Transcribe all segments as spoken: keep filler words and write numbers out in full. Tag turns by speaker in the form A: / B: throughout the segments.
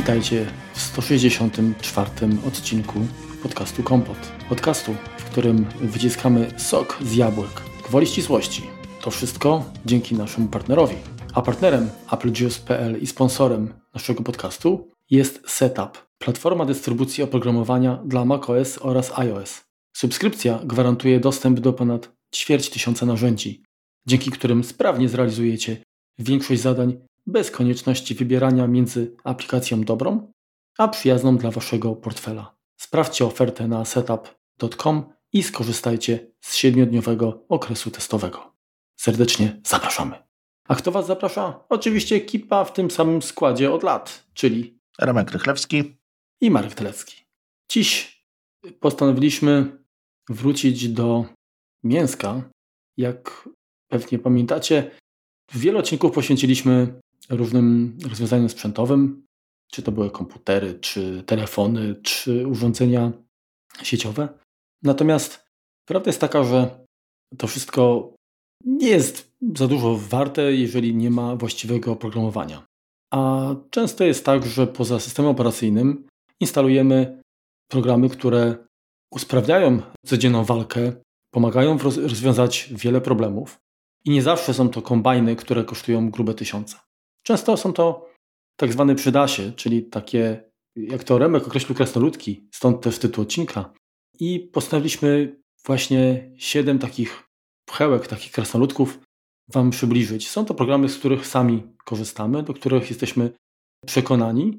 A: Witajcie w sto sześćdziesiątym czwartym odcinku podcastu Kompot. Podcastu, w którym wyciskamy sok z jabłek. Gwoli ścisłości. To wszystko dzięki naszemu partnerowi. A partnerem applejuice kropka p l i sponsorem naszego podcastu jest Setup, platforma dystrybucji oprogramowania dla macOS oraz iOS. Subskrypcja gwarantuje dostęp do ponad ćwierć tysiąca narzędzi, dzięki którym sprawnie zrealizujecie większość zadań bez konieczności wybierania między aplikacją dobrą, a przyjazną dla Waszego portfela. Sprawdźcie ofertę na setup kropka com i skorzystajcie z siedmiodniowego okresu testowego. Serdecznie zapraszamy. A kto Was zaprasza? Oczywiście ekipa w tym samym składzie od lat, czyli
B: Remek Rychlewski
A: i Marek Telecki. Dziś postanowiliśmy wrócić do mięska. Jak pewnie pamiętacie, wiele odcinków poświęciliśmy różnym rozwiązaniom sprzętowym, czy to były komputery, czy telefony, czy urządzenia sieciowe. Natomiast prawda jest taka, że to wszystko nie jest za dużo warte, jeżeli nie ma właściwego oprogramowania. A często jest tak, że poza systemem operacyjnym instalujemy programy, które usprawniają codzienną walkę, pomagają roz- rozwiązać wiele problemów. I nie zawsze są to kombajny, które kosztują grube tysiące. Często są to tak zwane przydasie, czyli takie, jak to Remek określił, krasnoludki, stąd też tytuł odcinka. I postanowiliśmy właśnie siedem takich pchełek, takich krasnoludków Wam przybliżyć. Są to programy, z których sami korzystamy, do których jesteśmy przekonani,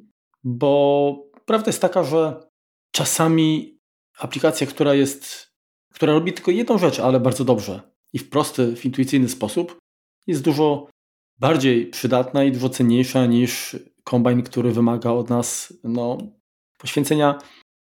A: bo prawda jest taka, że czasami aplikacja, która jest, która robi tylko jedną rzecz, ale bardzo dobrze i w prosty, w intuicyjny sposób, jest dużo bardziej przydatna i dużo cenniejsza niż kombajn, który wymaga od nas no, poświęcenia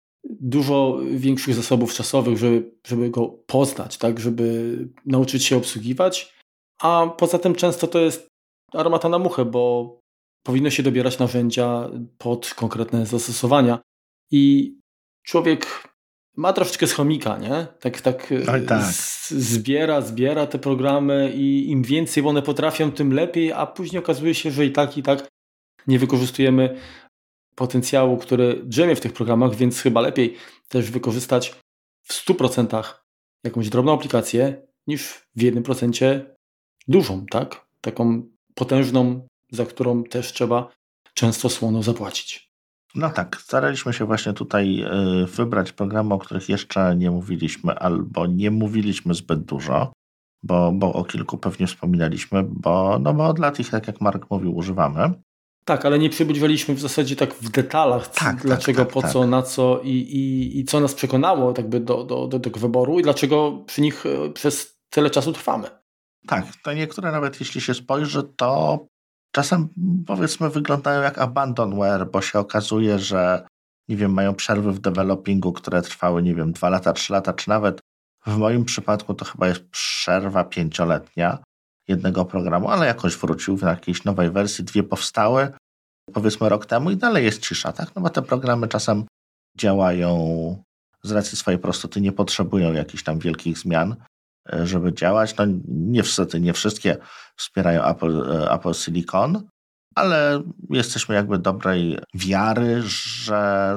A: dużo większych zasobów czasowych, żeby, żeby go poznać, tak, żeby nauczyć się obsługiwać. A poza tym często to jest armata na muchę, bo powinno się dobierać narzędzia pod konkretne zastosowania. I człowiek ma troszeczkę z chomika, nie? Tak, tak,
B: tak.
A: Z, zbiera, zbiera te programy i im więcej one potrafią, tym lepiej, a później okazuje się, że i tak, i tak nie wykorzystujemy potencjału, który drzemie w tych programach, więc chyba lepiej też wykorzystać w stu procentach jakąś drobną aplikację niż w jednym procencie dużą, tak? Taką potężną, za którą też trzeba często słono zapłacić.
B: No tak, staraliśmy się właśnie tutaj y, wybrać programy, o których jeszcze nie mówiliśmy albo nie mówiliśmy zbyt dużo, bo, bo o kilku pewnie wspominaliśmy, bo, no bo od lat ich, tak jak Marek mówił, używamy.
A: Tak, ale nie przybliżaliśmy w zasadzie tak w detalach,
B: tak,
A: dlaczego,
B: tak, tak,
A: po
B: tak.
A: co, na co i, i, i co nas przekonało jakby do, do, do tego wyboru i dlaczego przy nich przez tyle czasu trwamy.
B: Tak, to niektóre nawet jeśli się spojrzy, to czasem powiedzmy wyglądają jak abandonware, bo się okazuje, że nie wiem, mają przerwy w developingu, które trwały, nie wiem, dwa lata, trzy lata, czy nawet w moim przypadku to chyba jest przerwa pięcioletnia jednego programu, ale jakoś wrócił w jakiejś nowej wersji, dwie powstały, powiedzmy rok temu i dalej jest cisza, tak? No bo te programy czasem działają z racji swojej prostoty, nie potrzebują jakichś tam wielkich zmian, żeby działać. No niestety nie wszystkie wspierają Apple, Apple Silicon, ale jesteśmy jakby dobrej wiary, że,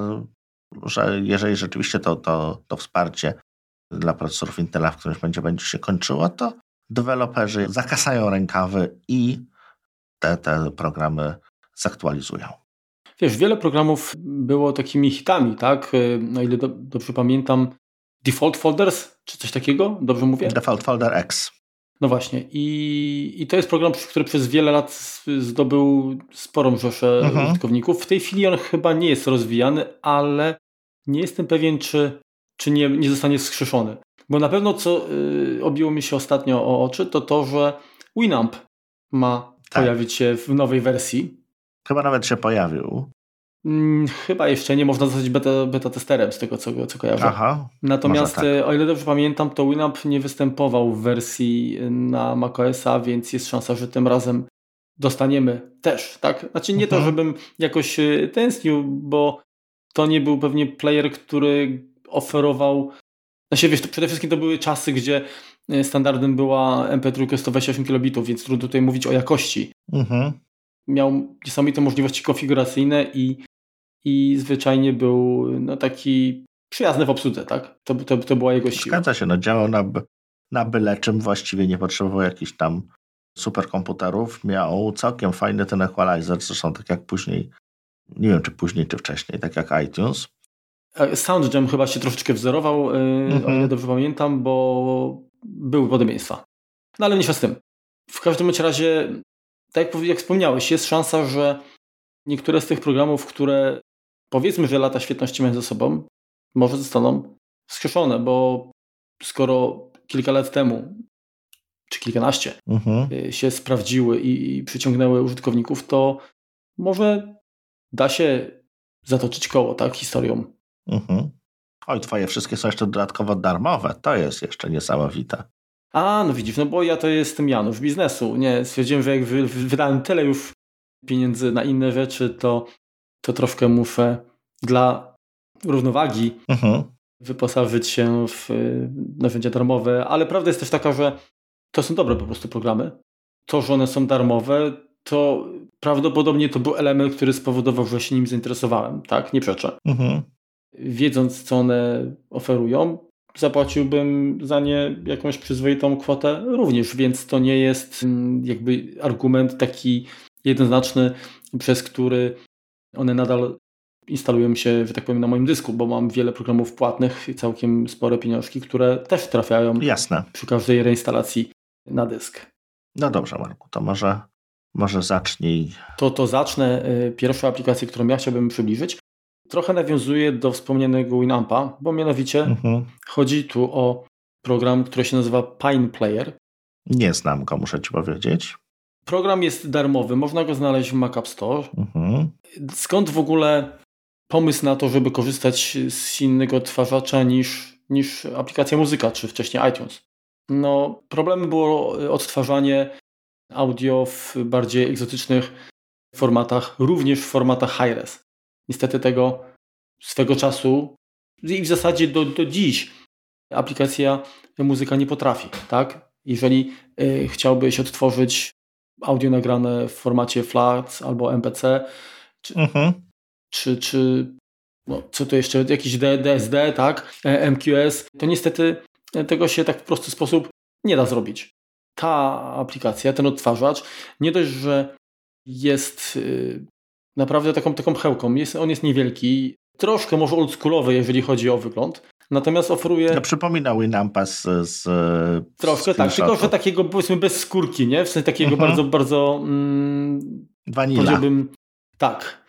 B: że jeżeli rzeczywiście to, to, to wsparcie dla procesorów Intela w którymś będzie, będzie się kończyło, to deweloperzy zakasają rękawy i te, te programy zaktualizują.
A: Wiesz, wiele programów było takimi hitami, tak? No ile do, dobrze pamiętam, Default Folders, czy coś takiego? Dobrze mówię?
B: Default Folder X.
A: No właśnie. I, i to jest program, który przez wiele lat zdobył sporą rzeszę mhm. użytkowników. W tej chwili on chyba nie jest rozwijany, ale nie jestem pewien, czy, czy nie, nie zostanie skrzeszony. Bo na pewno, co y, obiło mi się ostatnio o oczy, to to, że Winamp ma tak. pojawić się w nowej wersji.
B: Chyba nawet się pojawił.
A: Hmm, chyba jeszcze nie można zostać beta, beta testerem z tego, co, co kojarzę.
B: Aha,
A: Natomiast
B: tak.
A: o ile dobrze pamiętam, to Winamp nie występował w wersji na macOS-a, więc jest szansa, że tym razem dostaniemy też, tak? Znaczy nie mhm. to, żebym jakoś tęsknił, bo to nie był pewnie player, który oferował. Znaczy, wiesz, to przede wszystkim to były czasy, gdzie standardem była em pe trzy sto dwadzieścia osiem kilobitów, więc trudno tutaj mówić o jakości.
B: Mhm.
A: Miał niesamowite możliwości konfiguracyjne i i zwyczajnie był no, taki przyjazny w obsłudze, tak? To, to, to była jego siła.
B: Zgadza się, no działał na, na byle czym, właściwie nie potrzebował jakichś tam superkomputerów. Miał całkiem fajny ten equalizer, zresztą tak jak później, nie wiem czy później, czy wcześniej, tak jak iTunes.
A: SoundJam chyba się troszeczkę wzorował, mm-hmm. o ile dobrze pamiętam, bo były podobieństwa. No ale mniejsza z tym. W każdym razie, tak jak, jak wspomniałeś, jest szansa, że niektóre z tych programów, które powiedzmy, że lata świetności mają ze sobą, może zostaną wskrzeszone, bo skoro kilka lat temu, czy kilkanaście, mm-hmm. się sprawdziły i, i przyciągnęły użytkowników, to może da się zatoczyć koło, tak, historią.
B: Mhm. Oj, twoje wszystkie są jeszcze dodatkowo darmowe. To jest jeszcze niesamowite.
A: A, no widzisz, no bo ja to jestem Janusz biznesu. Nie, stwierdziłem, że jak wy, wydałem tyle już pieniędzy na inne rzeczy, to, to troszkę muszę dla równowagi mhm. wyposażyć się w narzędzia darmowe, ale prawda jest też taka, że to są dobre po prostu programy. To, że one są darmowe, to prawdopodobnie to był element, który spowodował, że się nim zainteresowałem. Tak, nie przeczę. Mhm. Wiedząc, co one oferują, zapłaciłbym za nie jakąś przyzwoitą kwotę również, więc to nie jest jakby argument taki jednoznaczny, przez który one nadal instalują się, że tak powiem, na moim dysku, bo mam wiele programów płatnych, całkiem spore pieniążki, które też trafiają
B: Jasne.
A: przy każdej reinstalacji na dysk.
B: No dobrze, Marku, to może, może zacznij.
A: To, to zacznę. Pierwszą aplikację, którą ja chciałbym przybliżyć, trochę nawiązuje do wspomnianego Winampa, bo mianowicie mhm. chodzi tu o program, który się nazywa Pine Player.
B: Nie znam go, muszę ci powiedzieć.
A: Program jest darmowy, można go znaleźć w Mac App Store. Mhm. Skąd w ogóle pomysł na to, żeby korzystać z innego odtwarzacza niż, niż aplikacja muzyka, czy wcześniej iTunes? No, problemem było odtwarzanie audio w bardziej egzotycznych formatach, również w formatach high-res. Niestety tego swego czasu i w zasadzie do, do dziś aplikacja muzyka nie potrafi, tak? Jeżeli y, chciałbyś odtworzyć audio nagrane w formacie FLAC albo M P C, czy, mhm. czy, czy no, co to jeszcze, jakiś D S D, tak? M Q S, to niestety tego się tak w prosty sposób nie da zrobić. Ta aplikacja, ten odtwarzacz, nie dość, że jest y, naprawdę taką, taką pchełką. Jest, on jest niewielki, troszkę może oldschoolowy, jeżeli chodzi o wygląd. Natomiast oferuje...
B: Ja przypomina Winampa z, z
A: Troszkę
B: z
A: tak, tylko że takiego powiedzmy bez skórki, nie? W sensie takiego mhm. bardzo, bardzo... Mm,
B: Vanilla.
A: Tak.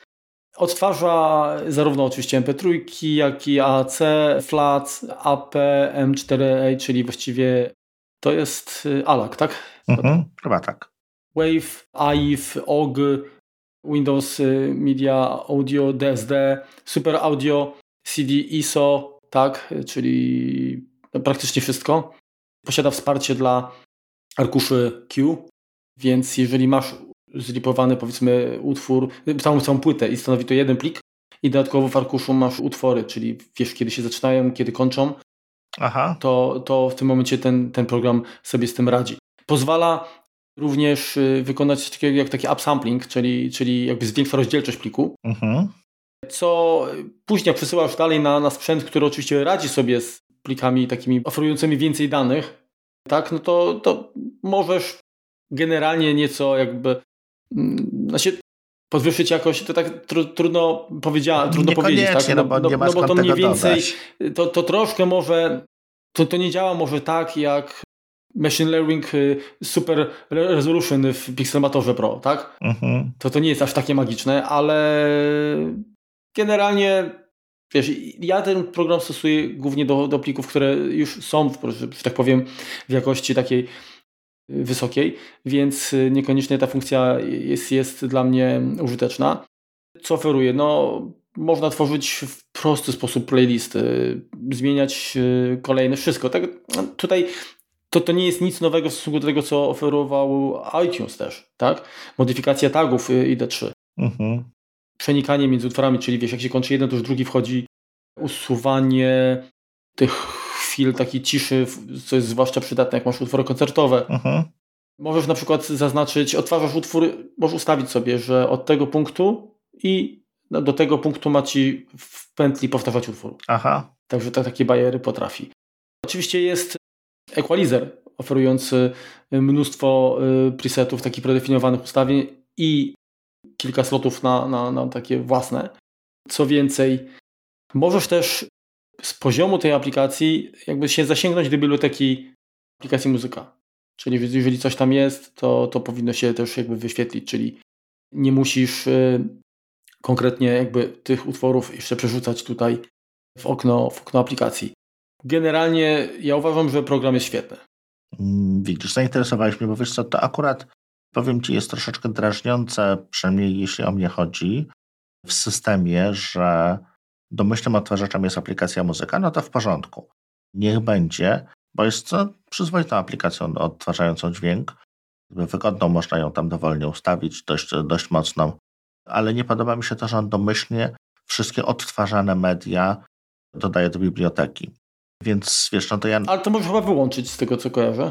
A: Odtwarza zarówno oczywiście M P trzy, jak i A A C, FLAC, A P, M cztery A, czyli właściwie to jest A L A C, tak?
B: Mhm. Chyba tak.
A: Wave, A I F, O G, Windows Media Audio, D S D, Super Audio, C D I S O, tak, czyli praktycznie wszystko. Posiada wsparcie dla arkuszy Q, więc jeżeli masz zlipowany powiedzmy utwór, całą, całą płytę i stanowi to jeden plik i dodatkowo w arkuszu masz utwory, czyli wiesz kiedy się zaczynają, kiedy kończą, Aha. To, to w tym momencie ten, ten program sobie z tym radzi. Pozwala również wykonać coś takiego jak taki upsampling, czyli, czyli jakby zwiększa rozdzielczość pliku, mhm. co później przesyłasz dalej na, na sprzęt, który oczywiście radzi sobie z plikami takimi oferującymi więcej danych, tak, no to, to możesz generalnie nieco jakby znaczy podwyższyć jakoś, to tak tru, trudno, powiedzia, trudno powiedzieć, tak?
B: No, no bo, nie
A: no, no bo to mniej więcej, to, to troszkę może, to, to nie działa może tak jak Machine Learning Super Resolution w Pixelmatorze Pro, tak? Mhm. To to nie jest aż takie magiczne, ale generalnie wiesz, ja ten program stosuję głównie do, do plików, które już są, że tak powiem, w jakości takiej wysokiej, więc niekoniecznie ta funkcja jest, jest dla mnie użyteczna. Co oferuje? No, można tworzyć w prosty sposób playlisty, zmieniać kolejne wszystko. Tak, tutaj to, to nie jest nic nowego w stosunku do tego, co oferował iTunes też, tak? Modyfikacja tagów I D trzy. Mhm. Przenikanie między utworami, czyli wiesz, jak się kończy jeden, to już drugi wchodzi. Usuwanie tych chwil takiej ciszy, co jest zwłaszcza przydatne, jak masz utwory koncertowe. Mhm. Możesz na przykład zaznaczyć, odtwarzasz utwór, możesz ustawić sobie, że od tego punktu i no, do tego punktu ma ci w pętli powtarzać utwór.
B: Aha.
A: Także tak, takie bariery potrafi. Oczywiście jest equalizer oferujący mnóstwo presetów takich predefiniowanych ustawień i kilka slotów na, na, na takie własne. Co więcej, możesz też z poziomu tej aplikacji jakby się zasięgnąć do biblioteki aplikacji muzyka. Czyli jeżeli coś tam jest, to, to powinno się też jakby wyświetlić, czyli nie musisz y, konkretnie jakby tych utworów jeszcze przerzucać tutaj w okno, w okno aplikacji. Generalnie ja uważam, że program jest świetny.
B: Widzisz, zainteresowałeś mnie, bo wiesz co, to akurat powiem Ci jest troszeczkę drażniące, przynajmniej jeśli o mnie chodzi, w systemie, że domyślnym odtwarzaczem jest aplikacja muzyka, no to w porządku. Niech będzie, bo jest to przyzwoitą aplikacją odtwarzającą dźwięk. Wygodną, można ją tam dowolnie ustawić, dość, dość mocną, ale nie podoba mi się to, że on domyślnie wszystkie odtwarzane media dodaje do biblioteki. Więc wiesz, no to ja...
A: Ale to możesz chyba wyłączyć z tego, co kojarzę.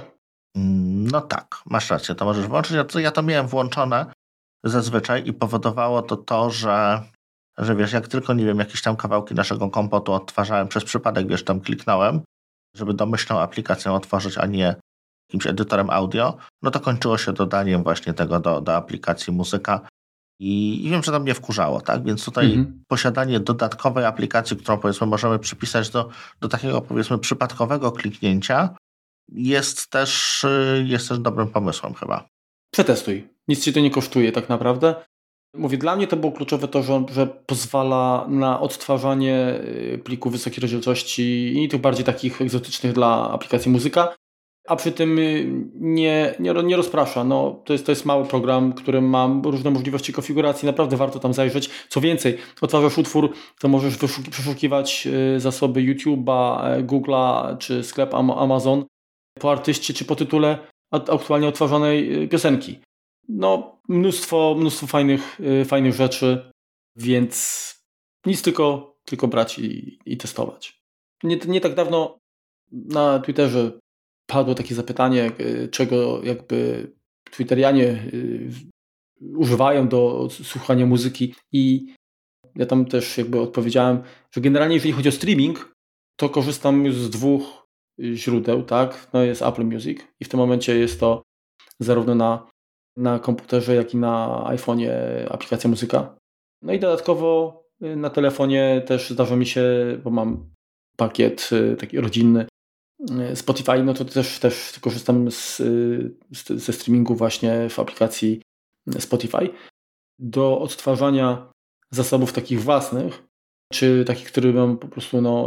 B: No tak, masz rację, to możesz włączyć. Ja to, ja to miałem włączone zazwyczaj i powodowało to to, że, że wiesz, jak tylko, nie wiem, jakieś tam kawałki naszego kompotu odtwarzałem, przez przypadek, wiesz, tam kliknąłem, żeby domyślną aplikację otworzyć, a nie jakimś edytorem audio, no to kończyło się dodaniem właśnie tego do, do aplikacji muzyka i, i wiem, że to mnie wkurzało, tak? Więc tutaj mhm. posiadanie dodatkowej aplikacji, którą powiedzmy możemy przypisać do, do takiego powiedzmy przypadkowego kliknięcia jest też, jest też dobrym pomysłem chyba.
A: Przetestuj. Nic ci to nie kosztuje tak naprawdę. Mówię, dla mnie to było kluczowe to, że, że pozwala na odtwarzanie plików wysokiej rozdzielczości i tych bardziej takich egzotycznych dla aplikacji muzyka, a przy tym nie, nie, nie rozprasza. No, to, jest, to jest mały program, który ma różne możliwości konfiguracji, naprawdę warto tam zajrzeć. Co więcej, odtwarzasz utwór, to możesz wyszuki, przeszukiwać zasoby YouTube'a, Google'a czy sklep Amazon po artyście czy po tytule aktualnie odtwarzanej piosenki. No, mnóstwo, mnóstwo fajnych, fajnych rzeczy, więc nic tylko, tylko brać i, i testować. Nie, nie tak dawno na Twitterze padło takie zapytanie, czego jakby Twitterianie używają do słuchania muzyki i ja tam też jakby odpowiedziałem, że generalnie jeżeli chodzi o streaming, to korzystam już z dwóch źródeł, tak? No jest Apple Music i w tym momencie jest to zarówno na, na komputerze, jak i na iPhone'ie aplikacja muzyka. No i dodatkowo na telefonie też zdarza mi się, bo mam pakiet taki rodzinny Spotify, no to też, też korzystam z, z, ze streamingu właśnie w aplikacji Spotify. Do odtwarzania zasobów takich własnych, czy takich, które mam po prostu no,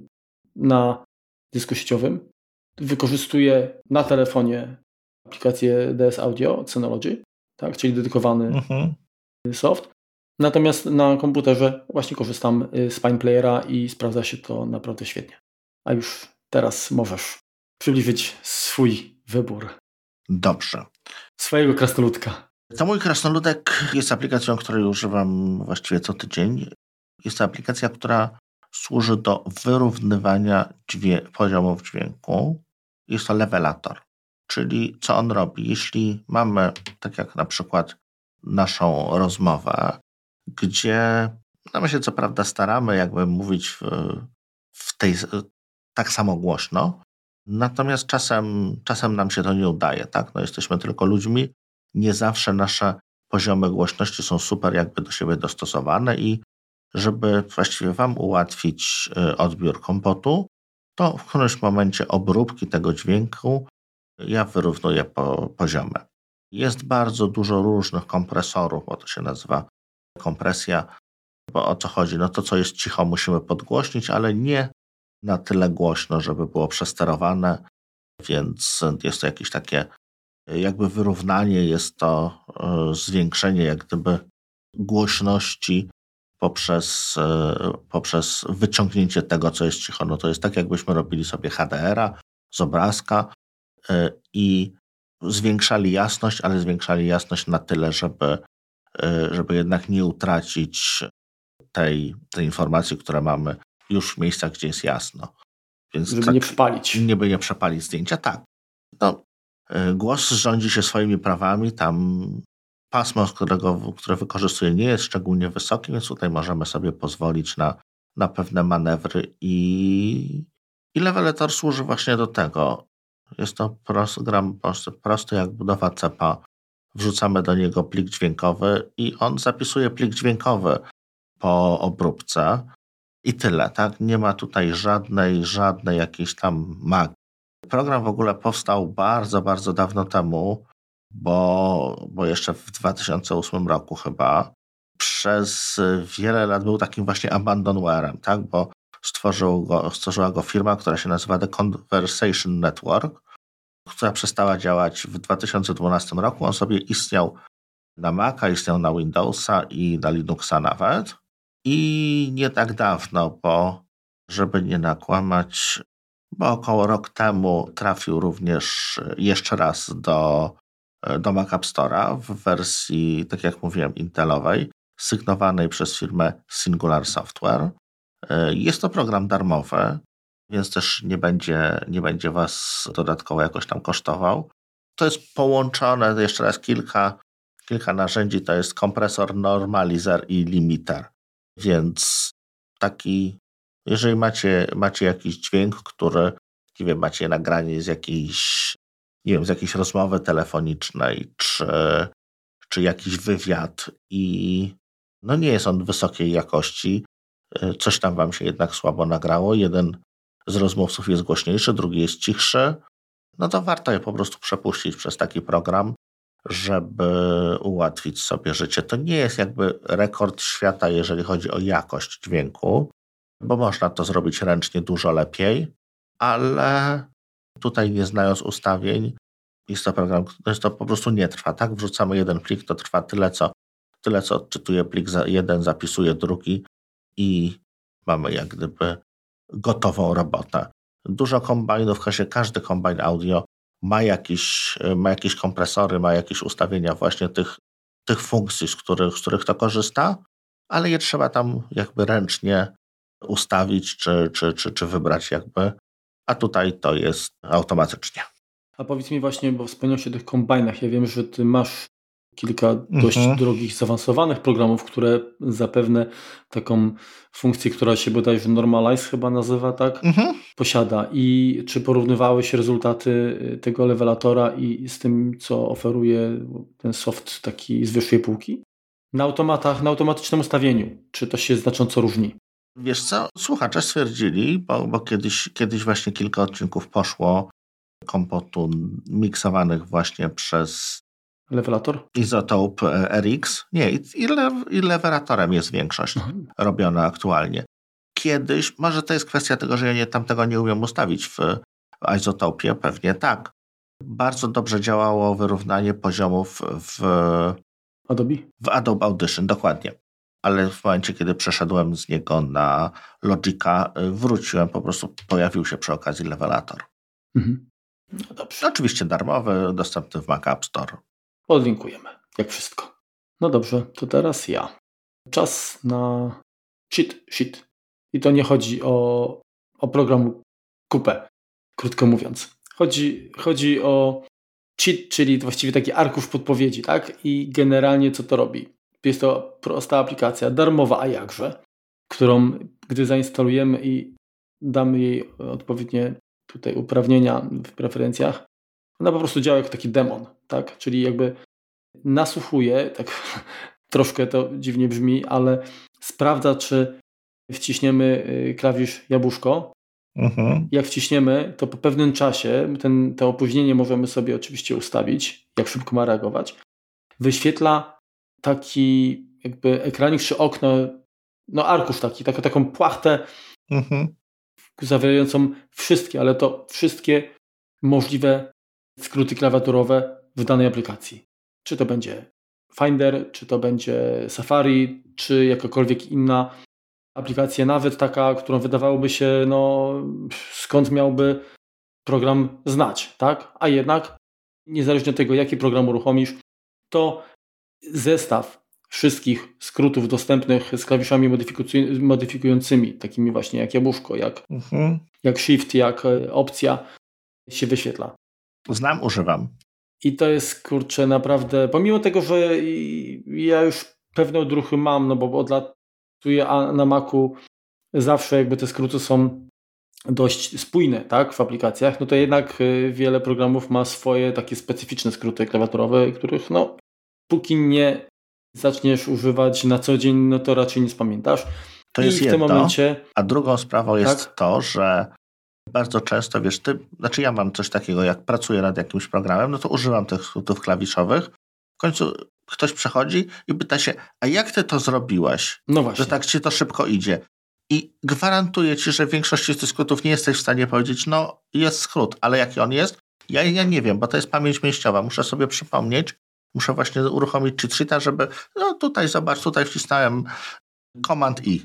A: na dysku sieciowym, wykorzystuję na telefonie aplikację D S Audio Synology, tak, czyli dedykowany mhm. soft. Natomiast na komputerze właśnie korzystam z Pine Playera i sprawdza się to naprawdę świetnie. A już teraz możesz przybliżyć swój wybór.
B: Dobrze.
A: Swojego krasnoludka.
B: To mój krasnoludek jest aplikacją, której używam właściwie co tydzień. Jest to aplikacja, która służy do wyrównywania dźwię- poziomów dźwięku. Jest to levelator. Czyli co on robi? Jeśli mamy, tak jak na przykład naszą rozmowę, gdzie no my się co prawda staramy jakby mówić w, w tej tak samo głośno, natomiast czasem, czasem nam się to nie udaje, tak? No jesteśmy tylko ludźmi, nie zawsze nasze poziomy głośności są super jakby do siebie dostosowane i żeby właściwie Wam ułatwić odbiór kompotu, to w którymś momencie obróbki tego dźwięku ja wyrównuję po poziomy. Jest bardzo dużo różnych kompresorów, bo to się nazywa kompresja, bo o co chodzi? No to, co jest cicho, musimy podgłośnić, ale nie na tyle głośno, żeby było przesterowane, więc jest to jakieś takie jakby wyrównanie, jest to zwiększenie jak gdyby głośności poprzez, poprzez wyciągnięcie tego, co jest cicho. No to jest tak, jakbyśmy robili sobie H D R a z obrazka i zwiększali jasność, ale zwiększali jasność na tyle, żeby, żeby jednak nie utracić tej, tej informacji, które mamy już w miejscach, gdzie jest jasno.
A: Więc żeby tak, nie przepalić.
B: Nie by nie przepalić zdjęcia, tak. No, głos rządzi się swoimi prawami, tam pasmo, którego, które wykorzystuje, nie jest szczególnie wysokie, więc tutaj możemy sobie pozwolić na, na pewne manewry i, i Levelator służy właśnie do tego. Jest to program prosty jak budowa cepa. Wrzucamy do niego plik dźwiękowy i on zapisuje plik dźwiękowy po obróbce i tyle, tak? Nie ma tutaj żadnej, żadnej jakiejś tam magii. Program w ogóle powstał bardzo, bardzo dawno temu, bo, bo jeszcze w dwa tysiące ósmym roku chyba przez wiele lat był takim właśnie abandonwarem, tak? Bo stworzył go, stworzyła go firma, która się nazywa The Conversation Network, która przestała działać w dwa tysiące dwunastym roku. On sobie istniał na Maca, istniał na Windowsa i na Linuxa nawet. I nie tak dawno, bo żeby nie nakłamać, bo około rok temu trafił również jeszcze raz do, do Mac App Store'a w wersji, tak jak mówiłem, intelowej, sygnowanej przez firmę Singular Software. Jest to program darmowy, więc też nie będzie, nie będzie Was dodatkowo jakoś tam kosztował. To jest połączone, jeszcze raz kilka, kilka narzędzi, to jest kompresor, normalizer i limiter. Więc taki, jeżeli macie, macie jakiś dźwięk, który, nie wiem, macie nagranie z jakiejś, nie wiem, z jakiejś rozmowy telefonicznej, czy, czy jakiś wywiad i no nie jest on wysokiej jakości, coś tam Wam się jednak słabo nagrało, jeden z rozmówców jest głośniejszy, drugi jest cichszy, no to warto je po prostu przepuścić przez taki program, żeby ułatwić sobie życie. To nie jest jakby rekord świata, jeżeli chodzi o jakość dźwięku, bo można to zrobić ręcznie dużo lepiej, ale tutaj nie znając ustawień, jest to program, to, to po prostu nie trwa, tak? Wrzucamy jeden plik, to trwa tyle, co, tyle, co odczytuje plik za jeden, zapisuje drugi i mamy jak gdyby gotową robotę. Dużo kombajnów, każdy kombajn audio ma jakieś, ma jakieś kompresory, ma jakieś ustawienia właśnie tych, tych funkcji, z których, z których to korzysta, ale je trzeba tam jakby ręcznie ustawić czy, czy, czy, czy wybrać jakby, a tutaj to jest automatycznie.
A: A powiedz mi właśnie, bo wspomniałeś o tych kombajnach, ja wiem, że ty masz kilka dość
B: Mhm.
A: drogich, zaawansowanych programów, które zapewne taką funkcję, która się bodajże Normalize chyba nazywa, tak?
B: Mhm.
A: Posiada. I czy porównywałeś rezultaty tego Levelatora i z tym, co oferuje ten soft taki z wyższej półki? Na automatach, na automatycznym ustawieniu. Czy to się znacząco różni?
B: Wiesz co, słuchacze stwierdzili, bo, bo kiedyś, kiedyś właśnie kilka odcinków poszło kompotu miksowanych właśnie przez
A: Levelator?
B: Izotope R X. Nie, i, le, i Levelatorem jest większość mhm. robiona aktualnie. Kiedyś, może to jest kwestia tego, że ja nie, tam tego nie umiem ustawić w Izotopie, pewnie tak. Bardzo dobrze działało wyrównanie poziomów w
A: Adobe?
B: W Adobe Audition, dokładnie. Ale w momencie, kiedy przeszedłem z niego na Logica, wróciłem, po prostu pojawił się przy okazji Levelator.
A: Mhm. No dobrze.
B: Oczywiście darmowy, dostępny w Mac App Store.
A: Podlinkujemy, jak wszystko. No dobrze, to teraz ja. Czas na cheat sheet. I to nie chodzi o, o program kupę, krótko mówiąc. Chodzi, chodzi o cheat, czyli właściwie taki arkusz podpowiedzi, tak? I generalnie co to robi? Jest to prosta aplikacja, darmowa, a jakże, którą gdy zainstalujemy i damy jej odpowiednie tutaj uprawnienia w preferencjach, ona po prostu działa jak taki demon, tak? Czyli jakby nasłuchuje, tak troszkę to dziwnie brzmi, ale sprawdza, czy wciśniemy klawisz jabłuszko. Mhm. Jak wciśniemy, to po pewnym czasie, ten, to opóźnienie możemy sobie oczywiście ustawić, jak szybko ma reagować. Wyświetla taki jakby ekranik czy okno, no arkusz taki, taką, taką płachtę mhm. zawierającą wszystkie, ale to wszystkie możliwe skróty klawiaturowe w danej aplikacji. Czy to będzie Finder, czy to będzie Safari, czy jakakolwiek inna aplikacja, nawet taka, którą wydawałoby się, no skąd miałby program znać, tak? A jednak, niezależnie od tego, jaki program uruchomisz, to zestaw wszystkich skrótów dostępnych z klawiszami modyfikuj- modyfikującymi, takimi właśnie jak jabłuszko, jak, mhm. jak shift, jak opcja się wyświetla.
B: Znam, używam.
A: I to jest, kurczę, naprawdę, pomimo tego, że ja już pewne odruchy mam, no bo odlatuję na Macu zawsze jakby te skróty są dość spójne, tak, w aplikacjach, no to jednak wiele programów ma swoje takie specyficzne skróty klawiaturowe, których no póki nie zaczniesz używać na co dzień, no to raczej nie spamiętasz.
B: To jest
A: I w
B: jedno,
A: tym momencie,
B: a drugą sprawą jest
A: tak?
B: to, że bardzo często, wiesz, ty, znaczy ja mam coś takiego, jak pracuję nad jakimś programem, no to używam tych skrótów klawiszowych. W końcu ktoś przechodzi i pyta się, a jak ty to zrobiłeś?
A: No właśnie.
B: Że tak ci to szybko idzie. I gwarantuję ci, że w większości z tych skrótów nie jesteś w stanie powiedzieć, no jest skrót, ale jaki on jest? Ja, ja nie wiem, bo to jest pamięć mięśniowa. Muszę sobie przypomnieć, muszę właśnie uruchomić cheat sheeta, żeby, no tutaj zobacz, tutaj wcisnąłem Command I.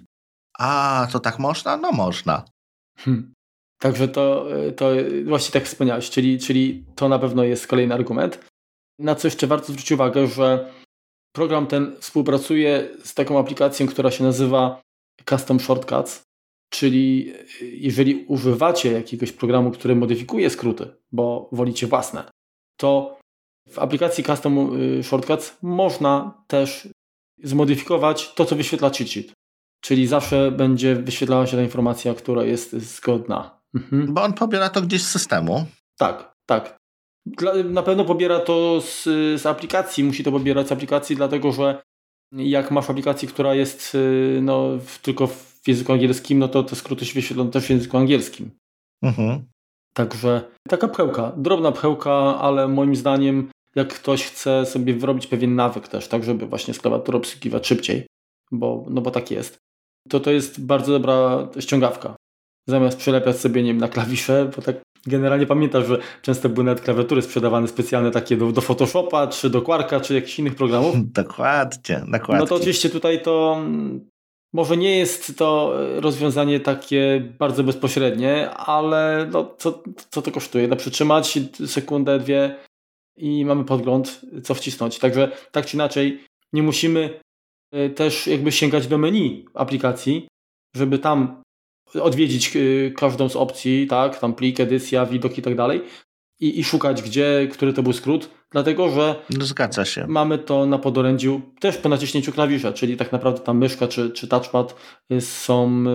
B: A, to tak można? No można.
A: Hmm. Także to, to właśnie tak wspomniałeś, czyli, czyli to na pewno jest kolejny argument. Na co jeszcze warto zwrócić uwagę, że program ten współpracuje z taką aplikacją, która się nazywa Custom Shortcuts, czyli jeżeli używacie jakiegoś programu, który modyfikuje skróty, bo wolicie własne, to w aplikacji Custom Shortcuts można też zmodyfikować to, co wyświetla cheat sheet. Czyli zawsze będzie wyświetlała się ta informacja, która jest zgodna. Mhm.
B: Bo on pobiera to gdzieś z systemu.
A: Tak, tak. Dla, na pewno pobiera to z, z aplikacji, musi to pobierać z aplikacji, dlatego że jak masz aplikację, która jest no, w, tylko w języku angielskim, no to te skróty się wyświetlą też w języku angielskim.
B: Mhm.
A: Także taka pchełka, drobna pchełka, ale moim zdaniem jak ktoś chce sobie wyrobić pewien nawyk też, tak żeby właśnie z klawiatury obsługiwać szybciej, bo, no bo tak jest, to to jest bardzo dobra ściągawka. Zamiast przelepiać sobie, nie wiem, na klawisze, bo tak generalnie pamiętasz, że często były nawet klawiatury sprzedawane specjalne takie do, do Photoshopa, czy do Quarka, czy jakichś innych programów.
B: Dokładnie, dokładnie.
A: No to oczywiście tutaj to może nie jest to rozwiązanie takie bardzo bezpośrednie, ale no co, co to kosztuje? No przytrzymać sekundę, dwie i mamy podgląd, co wcisnąć. Także tak czy inaczej nie musimy też jakby sięgać do menu aplikacji, żeby tam odwiedzić każdą z opcji, tak, tam plik, edycja, widok i tak dalej i, i szukać, gdzie, który to był skrót, dlatego, że
B: Zgadza się.
A: Mamy to na podorędziu też po naciśnięciu klawisza, czyli tak naprawdę ta myszka czy, czy touchpad są,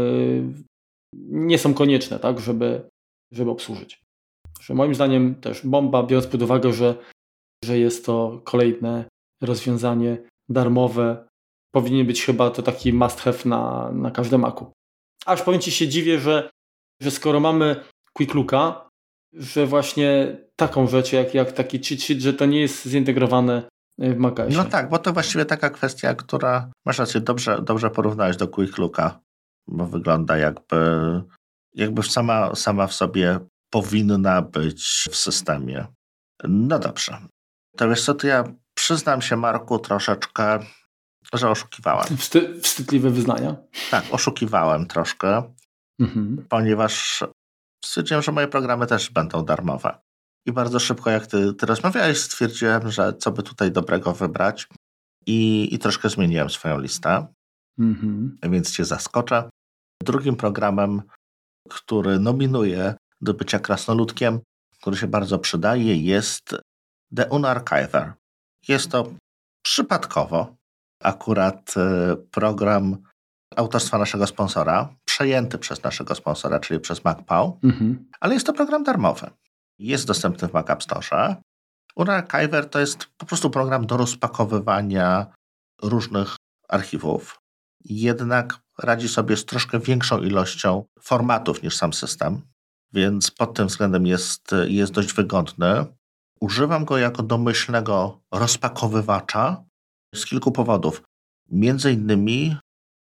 A: nie są konieczne, tak, żeby, żeby obsłużyć. Że moim zdaniem też bomba, biorąc pod uwagę, że, że jest to kolejne rozwiązanie darmowe, powinien być chyba to taki must have na, na każdym Macu. Aż powiem Ci się dziwię, że, że skoro mamy Quick Looka, że właśnie taką rzecz jak, jak taki cheat sheet, że to nie jest zintegrowane w Macasie.
B: No tak, bo to właściwie taka kwestia, która, masz rację, dobrze, dobrze porównałeś do Quick Looka, bo wygląda jakby, jakby sama, sama w sobie powinna być w systemie. No dobrze. To wiesz co, to ja przyznam się, Marku, troszeczkę, że oszukiwałem.
A: Wsty- wstydliwe wyznania?
B: Tak, oszukiwałem troszkę, mhm. ponieważ stwierdziłem, że moje programy też będą darmowe. I bardzo szybko, jak ty, ty rozmawiałeś, stwierdziłem, że co by tutaj dobrego wybrać i, i troszkę zmieniłem swoją listę, mhm. więc cię zaskoczę. Drugim programem, który nominuje do bycia krasnoludkiem, który się bardzo przydaje, jest The Unarchiver. Jest to przypadkowo akurat program autorstwa naszego sponsora, przejęty przez naszego sponsora, czyli przez MacPow, mhm. ale jest to program darmowy. Jest dostępny w Mac App Store. Unarchiver to jest po prostu program do rozpakowywania różnych archiwów. Jednak radzi sobie z troszkę większą ilością formatów niż sam system, więc pod tym względem jest, jest dość wygodny. Używam go jako domyślnego rozpakowywacza z kilku powodów. Między innymi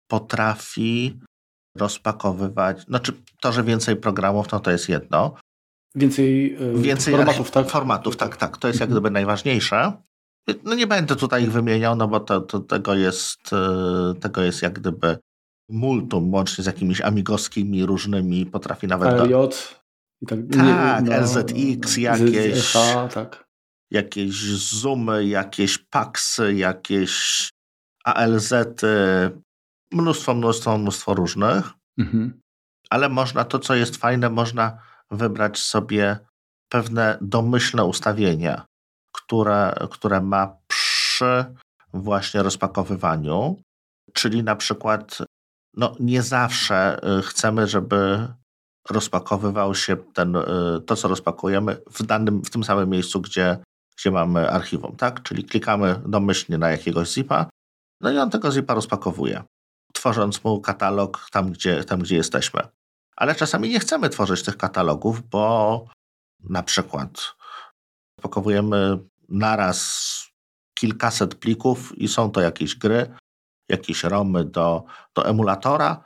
B: potrafi rozpakowywać, znaczy to, że więcej programów, no to jest jedno.
A: Więcej, yy,
B: więcej
A: formatów, tak?
B: Formatów, tak, tak. To jest jak gdyby najważniejsze. No nie będę tutaj ich wymieniał, no bo to, to, tego, jest, tego jest jak gdyby multum, łącznie z jakimiś amigowskimi różnymi, potrafi nawet...
A: L J i tak,
B: tak,
A: no,
B: L Z X, jakieś,
A: Z H, tak.
B: jakieś Zoomy, jakieś Paxy, jakieś A L Z, mnóstwo, mnóstwo, mnóstwo różnych. Mhm. Ale można, to co jest fajne, można wybrać sobie pewne domyślne ustawienia, które, które ma przy właśnie rozpakowywaniu, czyli na przykład no nie zawsze chcemy, żeby rozpakowywał się ten, to, co rozpakujemy w danym, w tym samym miejscu, gdzie, gdzie mamy archiwum, tak? Czyli klikamy domyślnie na jakiegoś zipa, no i on tego zipa rozpakowuje, tworząc mu katalog tam, gdzie, tam, gdzie jesteśmy. Ale czasami nie chcemy tworzyć tych katalogów, bo na przykład rozpakowujemy naraz kilkaset plików i są to jakieś gry, jakieś romy do, do emulatora,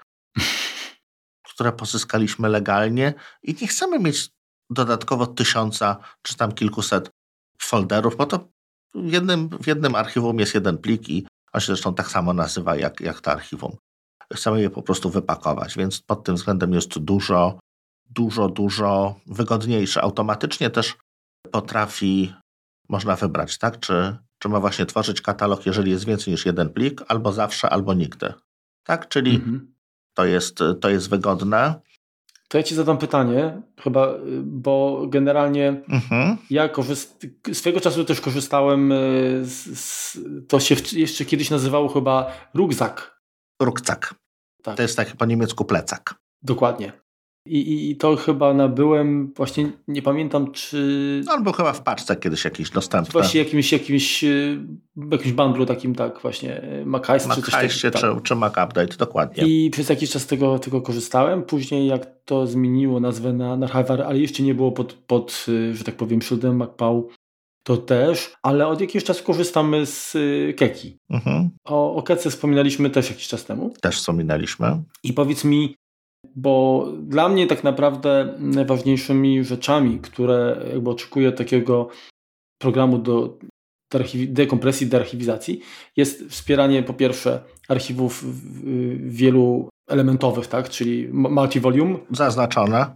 B: które pozyskaliśmy legalnie i nie chcemy mieć dodatkowo tysiąca czy tam kilkuset folderów, bo to w jednym, w jednym archiwum jest jeden plik i on się zresztą tak samo nazywa jak, jak to archiwum. Chcemy je po prostu wypakować, więc pod tym względem jest dużo, dużo, dużo wygodniejsze. Automatycznie też potrafi, można wybrać, tak? Czy, czy ma właśnie tworzyć katalog, jeżeli jest więcej niż jeden plik, albo zawsze, albo nigdy. Tak? Czyli mhm. to, jest, to jest wygodne.
A: To ja ci zadam pytanie, chyba, bo generalnie mhm. ja korzyst... swego czasu też korzystałem z, z... to się jeszcze kiedyś nazywało chyba rukzak.
B: Rukzak. Tak. To jest taki po niemiecku plecak.
A: Dokładnie. I, I to chyba nabyłem, właśnie nie pamiętam czy...
B: On był chyba w paczce kiedyś jakiś dostępny.
A: Właśnie jakimś, jakimś, jakimś bundlu takim, tak, właśnie MacHeist
B: Mac
A: czy coś takiego.
B: Czy, tak. czy Mac Update, dokładnie.
A: I przez jakiś czas tego, tego korzystałem. Później jak to zmieniło nazwę na, na Archiver, ale jeszcze nie było pod, pod, że tak powiem, szyldem MacPau, to też, ale od jakiegoś czasu korzystamy z Keki. Mhm. O, o Kece wspominaliśmy też jakiś czas temu.
B: Też wspominaliśmy.
A: I powiedz mi, bo dla mnie tak naprawdę najważniejszymi rzeczami, które jakby oczekuję takiego programu do dekompresji, dearchiwizacji, jest wspieranie po pierwsze archiwów wielu elementowych, tak, czyli multi-volume.
B: Zaznaczone.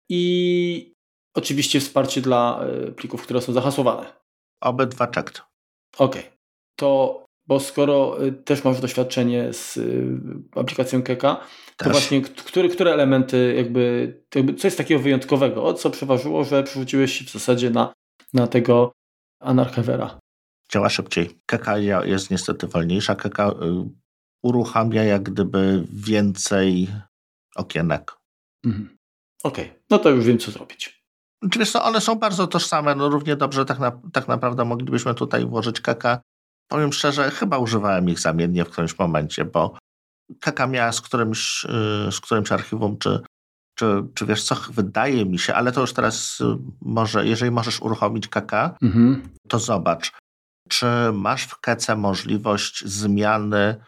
A: I oczywiście wsparcie dla plików, które są zahasłowane.
B: Obydwa checked.
A: Okej. Okay. To, bo skoro też masz doświadczenie z aplikacją Keka, to też. Właśnie które, które elementy jakby, jakby, co jest takiego wyjątkowego, co przeważyło, że przerzuciłeś się w zasadzie na, na tego Unarchivera?
B: Działa szybciej. Keka jest niestety wolniejsza. Keka uruchamia jak gdyby więcej okienek.
A: Mhm. Okej, okay. No to już wiem, co zrobić.
B: Czy wiesz co, one są bardzo tożsame. No równie dobrze tak, na, tak naprawdę moglibyśmy tutaj włożyć Keka. Powiem szczerze, chyba używałem ich zamiennie w którymś momencie, bo Keka miała z którymś, z którymś archiwum, czy, czy, czy wiesz co, wydaje mi się, ale to już teraz może, jeżeli możesz uruchomić Keka, mhm. to zobacz, czy masz w Kece możliwość zmiany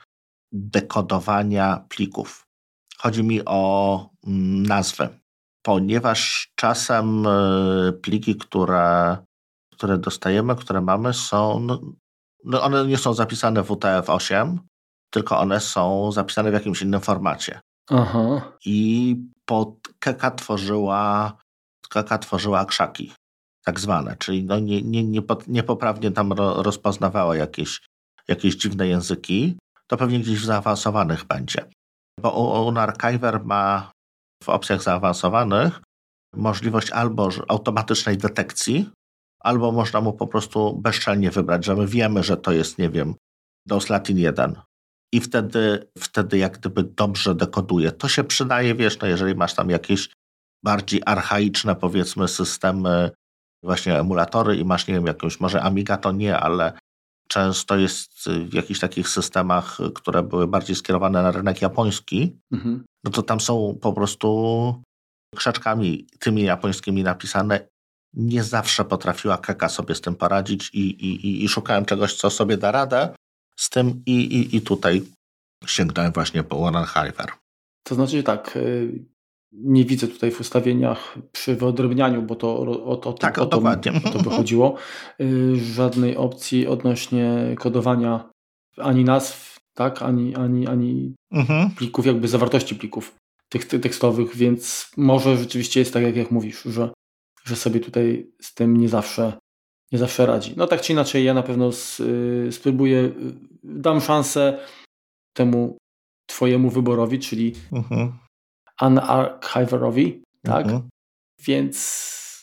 B: dekodowania plików. Chodzi mi o nazwy, ponieważ czasem pliki, które, które dostajemy, które mamy, są, no one nie są zapisane w W T F osiem, tylko one są zapisane w jakimś innym formacie. Aha. I pod Keka tworzyła, Keka tworzyła krzaki, tak zwane, czyli no nie, nie, nie, niepoprawnie tam ro, rozpoznawała jakieś, jakieś dziwne języki, to pewnie gdzieś w zaawansowanych będzie. Bo Unarchiver ma w opcjach zaawansowanych możliwość albo automatycznej detekcji, albo można mu po prostu bezczelnie wybrać, że my wiemy, że to jest, nie wiem, D O S Latin jeden. I wtedy, wtedy jak gdyby dobrze dekoduje. To się przydaje, wiesz, no jeżeli masz tam jakieś bardziej archaiczne, powiedzmy, systemy, właśnie emulatory i masz, nie wiem, jakąś, może Amiga to nie, ale często jest w jakichś takich systemach, które były bardziej skierowane na rynek japoński, mhm. no to tam są po prostu krzaczkami tymi japońskimi napisane. Nie zawsze potrafiła Keka sobie z tym poradzić i, i, i szukałem czegoś, co sobie da radę z tym i, i, i tutaj sięgnąłem właśnie po Unarchiver.
A: To znaczy tak, nie widzę tutaj w ustawieniach przy wyodrębnianiu, bo to o, o, o,
B: tak,
A: o,
B: to,
A: o to by chodziło, żadnej opcji odnośnie kodowania ani nazw, tak, ani, ani, ani mhm. plików, jakby zawartości plików tych tekstowych, więc może rzeczywiście jest tak, jak, jak mówisz, że, że sobie tutaj z tym nie zawsze nie zawsze radzi. No tak czy inaczej, ja na pewno z, y, spróbuję, dam szansę temu twojemu wyborowi, czyli uh-huh. Unarchiverowi, tak? Uh-huh. Więc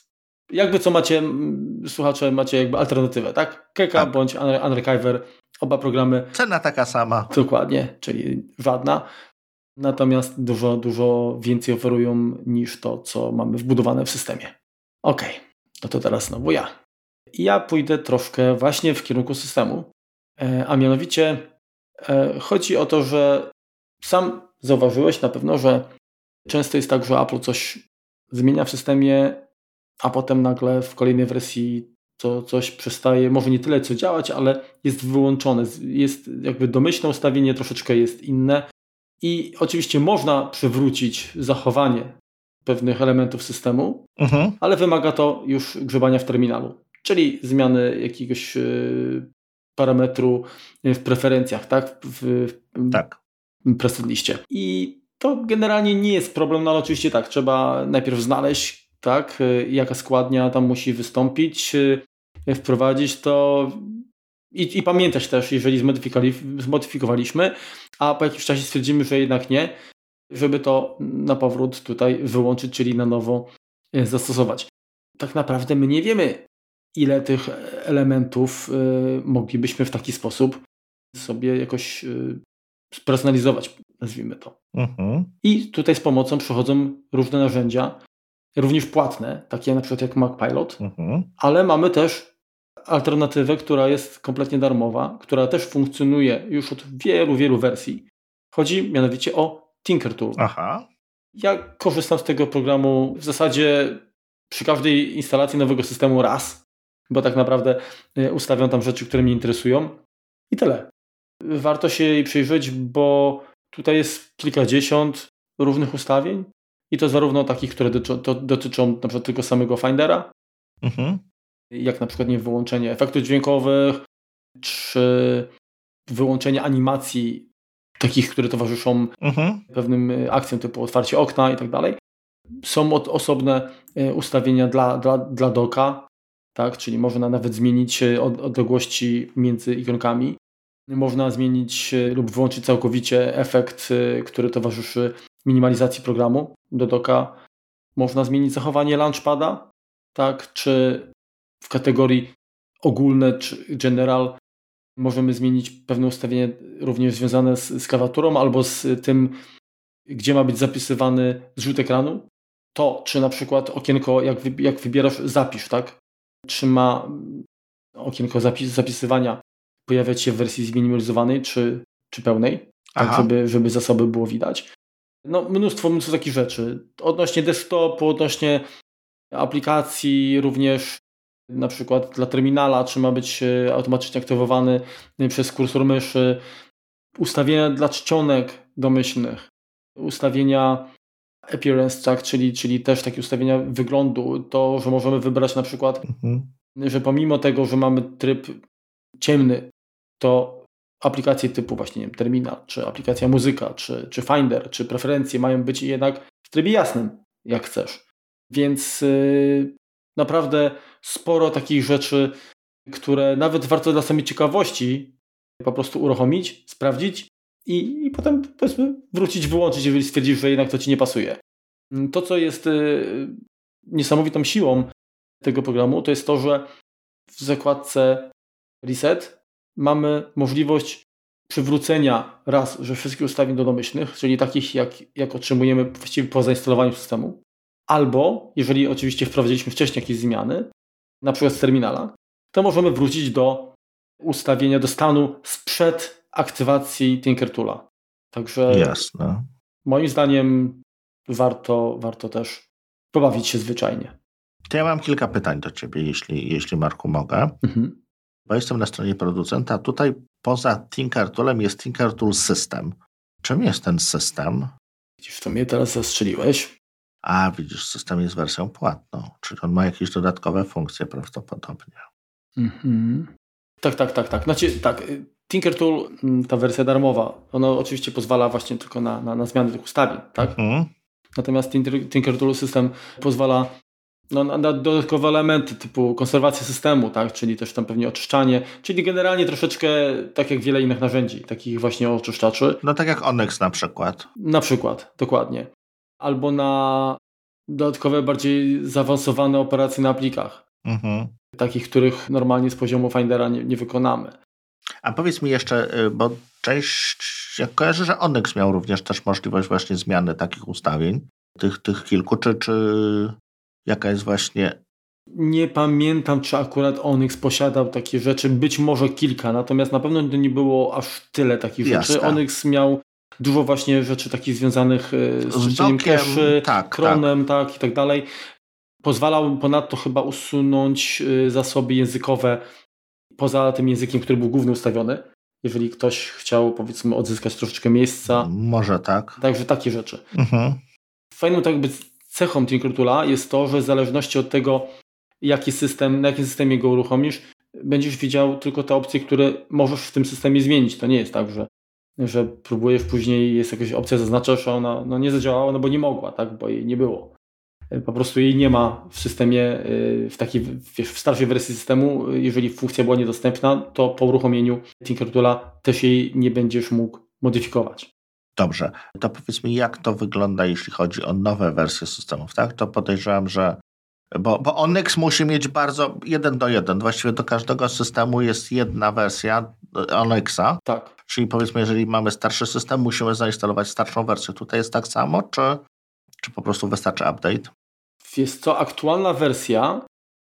A: jakby co macie, słuchacze, macie jakby alternatywę, tak? Keka tak. bądź Unrechiver, oba programy.
B: Cena taka sama.
A: Dokładnie, czyli żadna. Natomiast dużo, dużo więcej oferują niż to, co mamy wbudowane w systemie. Okej, okay. No to teraz znowu ja. Ja pójdę troszkę właśnie w kierunku systemu, a mianowicie chodzi o to, że sam zauważyłeś na pewno, że często jest tak, że Apple coś zmienia w systemie, a potem nagle w kolejnej wersji to coś przestaje, może nie tyle co działać, ale jest wyłączone. Jest jakby domyślne ustawienie troszeczkę jest inne i oczywiście można przywrócić zachowanie pewnych elementów systemu, mhm. ale wymaga to już grzebania w terminalu, czyli zmiany jakiegoś yy, parametru w preferencjach, tak? W, w
B: tak.
A: preset liście. I to generalnie nie jest problem, no ale oczywiście tak, trzeba najpierw znaleźć, tak, jaka składnia tam musi wystąpić, wprowadzić to i, i pamiętać też, jeżeli zmodyfikowali, zmodyfikowaliśmy, a po jakimś czasie stwierdzimy, że jednak nie, żeby to na powrót tutaj wyłączyć, czyli na nowo zastosować. Tak naprawdę my nie wiemy, ile tych elementów y, moglibyśmy w taki sposób sobie jakoś y, spersonalizować, nazwijmy to. Mhm. I tutaj z pomocą przychodzą różne narzędzia, również płatne, takie na przykład jak MacPilot, mhm. ale mamy też alternatywę, która jest kompletnie darmowa, która też funkcjonuje już od wielu, wielu wersji. Chodzi mianowicie o Tinkertool.
B: Aha.
A: Ja korzystam z tego programu w zasadzie przy każdej instalacji nowego systemu raz, bo tak naprawdę ustawiam tam rzeczy, które mnie interesują i tyle. Warto się jej przyjrzeć, bo tutaj jest kilkadziesiąt różnych ustawień i to zarówno takich, które dotyczą, to dotyczą na przykład tylko samego Findera, mhm. jak na przykład nie wyłączenie efektów dźwiękowych, czy wyłączenie animacji takich, które towarzyszą mhm. pewnym akcjom typu otwarcie okna i tak dalej. Są od, osobne ustawienia dla, dla, dla doka, tak? Czyli można nawet zmienić od, odległości między ikonkami. Można zmienić lub wyłączyć całkowicie efekt, który towarzyszy minimalizacji programu do doka. Można zmienić zachowanie launchpada, tak? Czy w kategorii ogólne czy general możemy zmienić pewne ustawienie również związane z, z klawiaturą albo z tym, gdzie ma być zapisywany zrzut ekranu. To, czy na przykład okienko, jak, wy, jak wybierasz zapisz, tak? Czy ma okienko zapis, zapisywania pojawiać się w wersji zminimalizowanej, czy, czy pełnej, tak żeby, żeby zasoby było widać. No mnóstwo, mnóstwo takich rzeczy. Odnośnie desktopu, odnośnie aplikacji, również na przykład dla terminala, czy ma być automatycznie aktywowany przez kursor myszy, ustawienia dla czcionek domyślnych, ustawienia appearance, tak, czyli, czyli też takie ustawienia wyglądu, to, że możemy wybrać na przykład, mhm. że pomimo tego, że mamy tryb ciemny, to aplikacje typu właśnie nie wiem, terminal, czy aplikacja muzyka, czy, czy Finder, czy preferencje mają być jednak w trybie jasnym, jak chcesz. Więc yy, naprawdę sporo takich rzeczy, które nawet warto dla samej ciekawości po prostu uruchomić, sprawdzić i, i potem powiedzmy wrócić, wyłączyć, jeżeli stwierdzisz, że jednak to ci nie pasuje. To, co jest yy, niesamowitą siłą tego programu, to jest to, że w zakładce Reset mamy możliwość przywrócenia raz, że wszystkich ustawień do domyślnych, czyli takich, jak, jak otrzymujemy właściwie po zainstalowaniu systemu, albo, jeżeli oczywiście wprowadziliśmy wcześniej jakieś zmiany, na przykład z terminala, to możemy wrócić do ustawienia, do stanu sprzed aktywacji Tinkertoola. Także
B: jasne.
A: Moim zdaniem warto, warto też pobawić się zwyczajnie.
B: To ja mam kilka pytań do Ciebie, jeśli, jeśli Marku mogę. Mhm. Bo jestem na stronie producenta. Tutaj poza Tinkertoolem jest Tinkertool System. Czym jest ten system?
A: Widzisz, to mnie teraz zastrzeliłeś.
B: A, widzisz, system jest wersją płatną, czyli on ma jakieś dodatkowe funkcje prawdopodobnie.
A: Mhm. Tak, tak, tak, tak. Znaczy, tak, Tinkertool, ta wersja darmowa, ona oczywiście pozwala właśnie tylko na, na, na zmianę tych ustawień, tak? Mhm. Natomiast Tinkertool System pozwala no, na, na dodatkowe elementy typu konserwacja systemu, tak? Czyli też tam pewnie oczyszczanie, czyli generalnie troszeczkę tak jak wiele innych narzędzi, takich właśnie oczyszczaczy.
B: No tak jak Onyx na przykład.
A: Na przykład, dokładnie. Albo na dodatkowe, bardziej zaawansowane operacje na plikach. Mhm. Takich, których normalnie z poziomu Findera nie, nie wykonamy.
B: A powiedz mi jeszcze, bo część, jak kojarzę, że Onyx miał również też możliwość właśnie zmiany takich ustawień, tych, tych kilku, czy, czy jaka jest właśnie...
A: Nie pamiętam, czy akurat Onyx posiadał takie rzeczy, być może kilka, natomiast na pewno nie było aż tyle takich Jasne. rzeczy. Onyx miał dużo właśnie rzeczy takich związanych z czyszczeniem cache, tak, Chronem, tak. tak i tak dalej. Pozwalał ponadto chyba usunąć zasoby językowe poza tym językiem, który był główny ustawiony. Jeżeli ktoś chciał, powiedzmy, odzyskać troszeczkę miejsca.
B: Może tak.
A: Także takie rzeczy. Mhm. Fajną tak jakby cechą Tinkertoola jest to, że w zależności od tego, jaki system, na jakim systemie go uruchomisz, będziesz widział tylko te opcje, które możesz w tym systemie zmienić. To nie jest tak, że, że próbujesz później, jest jakaś opcja, zaznaczasz, a ona no nie zadziałała, no bo nie mogła, tak, bo jej nie było. Po prostu jej nie ma w systemie, w takiej, wiesz, w starszej wersji systemu. Jeżeli funkcja była niedostępna, to po uruchomieniu Tinkertoola też jej nie będziesz mógł modyfikować.
B: Dobrze, to powiedz mi, jak to wygląda, jeśli chodzi o nowe wersje systemów, tak? To podejrzewam, że bo, bo Onyx musi mieć bardzo jeden do jeden. Właściwie do każdego systemu jest jedna wersja Onyxa.
A: Tak.
B: Czyli powiedzmy, jeżeli mamy starszy system, musimy zainstalować starszą wersję. Tutaj jest tak samo, czy, czy po prostu wystarczy update?
A: Jest to aktualna wersja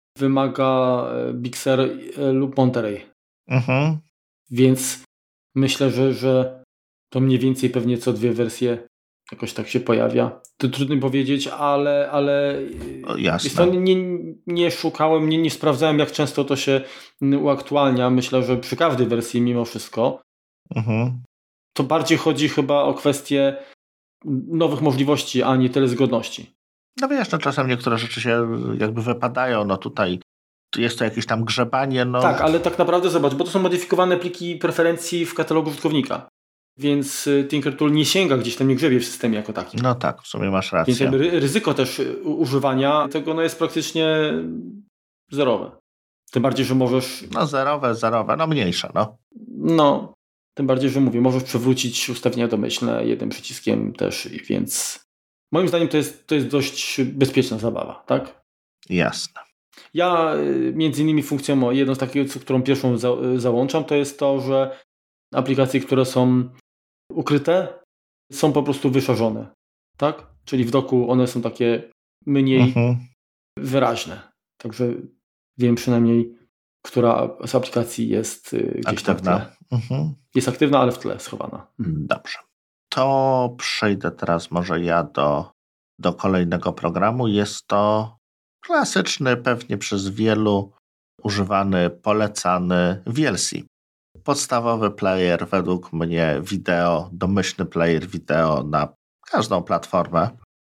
A: wymaga Big Sur lub Monterey. Mhm. Więc myślę, że, że to mniej więcej pewnie co dwie wersje jakoś tak się pojawia. To trudno powiedzieć, ale, ale
B: o, jasne.
A: Jest to, nie, nie szukałem, nie, nie sprawdzałem, jak często to się uaktualnia. Myślę, że przy każdej wersji mimo wszystko. Mhm. To bardziej chodzi chyba o kwestię nowych możliwości, a nie tyle zgodności.
B: No wiesz, no czasem niektóre rzeczy się jakby wypadają, no tutaj jest to jakieś tam grzebanie. No.
A: Tak, ale tak naprawdę zobacz, bo to są modyfikowane pliki preferencji w katalogu użytkownika. Więc Tinkertool nie sięga gdzieś tam, nie grzebie w systemie jako takim.
B: No tak, w sumie masz rację.
A: Więc jakby ryzyko też używania tego no jest praktycznie zerowe. Tym bardziej, że możesz...
B: No zerowe, zerowe, no mniejsze, no.
A: No, tym bardziej, że mówię, możesz przywrócić ustawienia domyślne jednym przyciskiem też, więc moim zdaniem to jest, to jest dość bezpieczna zabawa, tak?
B: Jasne.
A: Ja między innymi funkcją, jedną z takich, którą pierwszą za, załączam, to jest to, że aplikacje, które są ukryte, są po prostu wyszarzone, tak? Czyli w doku one są takie mniej mhm. wyraźne. Także wiem przynajmniej, która z aplikacji jest gdzieś
B: aktywna.
A: tam w tle. Mhm. Jest aktywna, ale w tle schowana.
B: Mhm. Dobrze. To przejdę teraz może ja do, do kolejnego programu. Jest to klasyczny, pewnie przez wielu używany, polecany V L C. Podstawowy player według mnie wideo, domyślny player wideo na każdą platformę,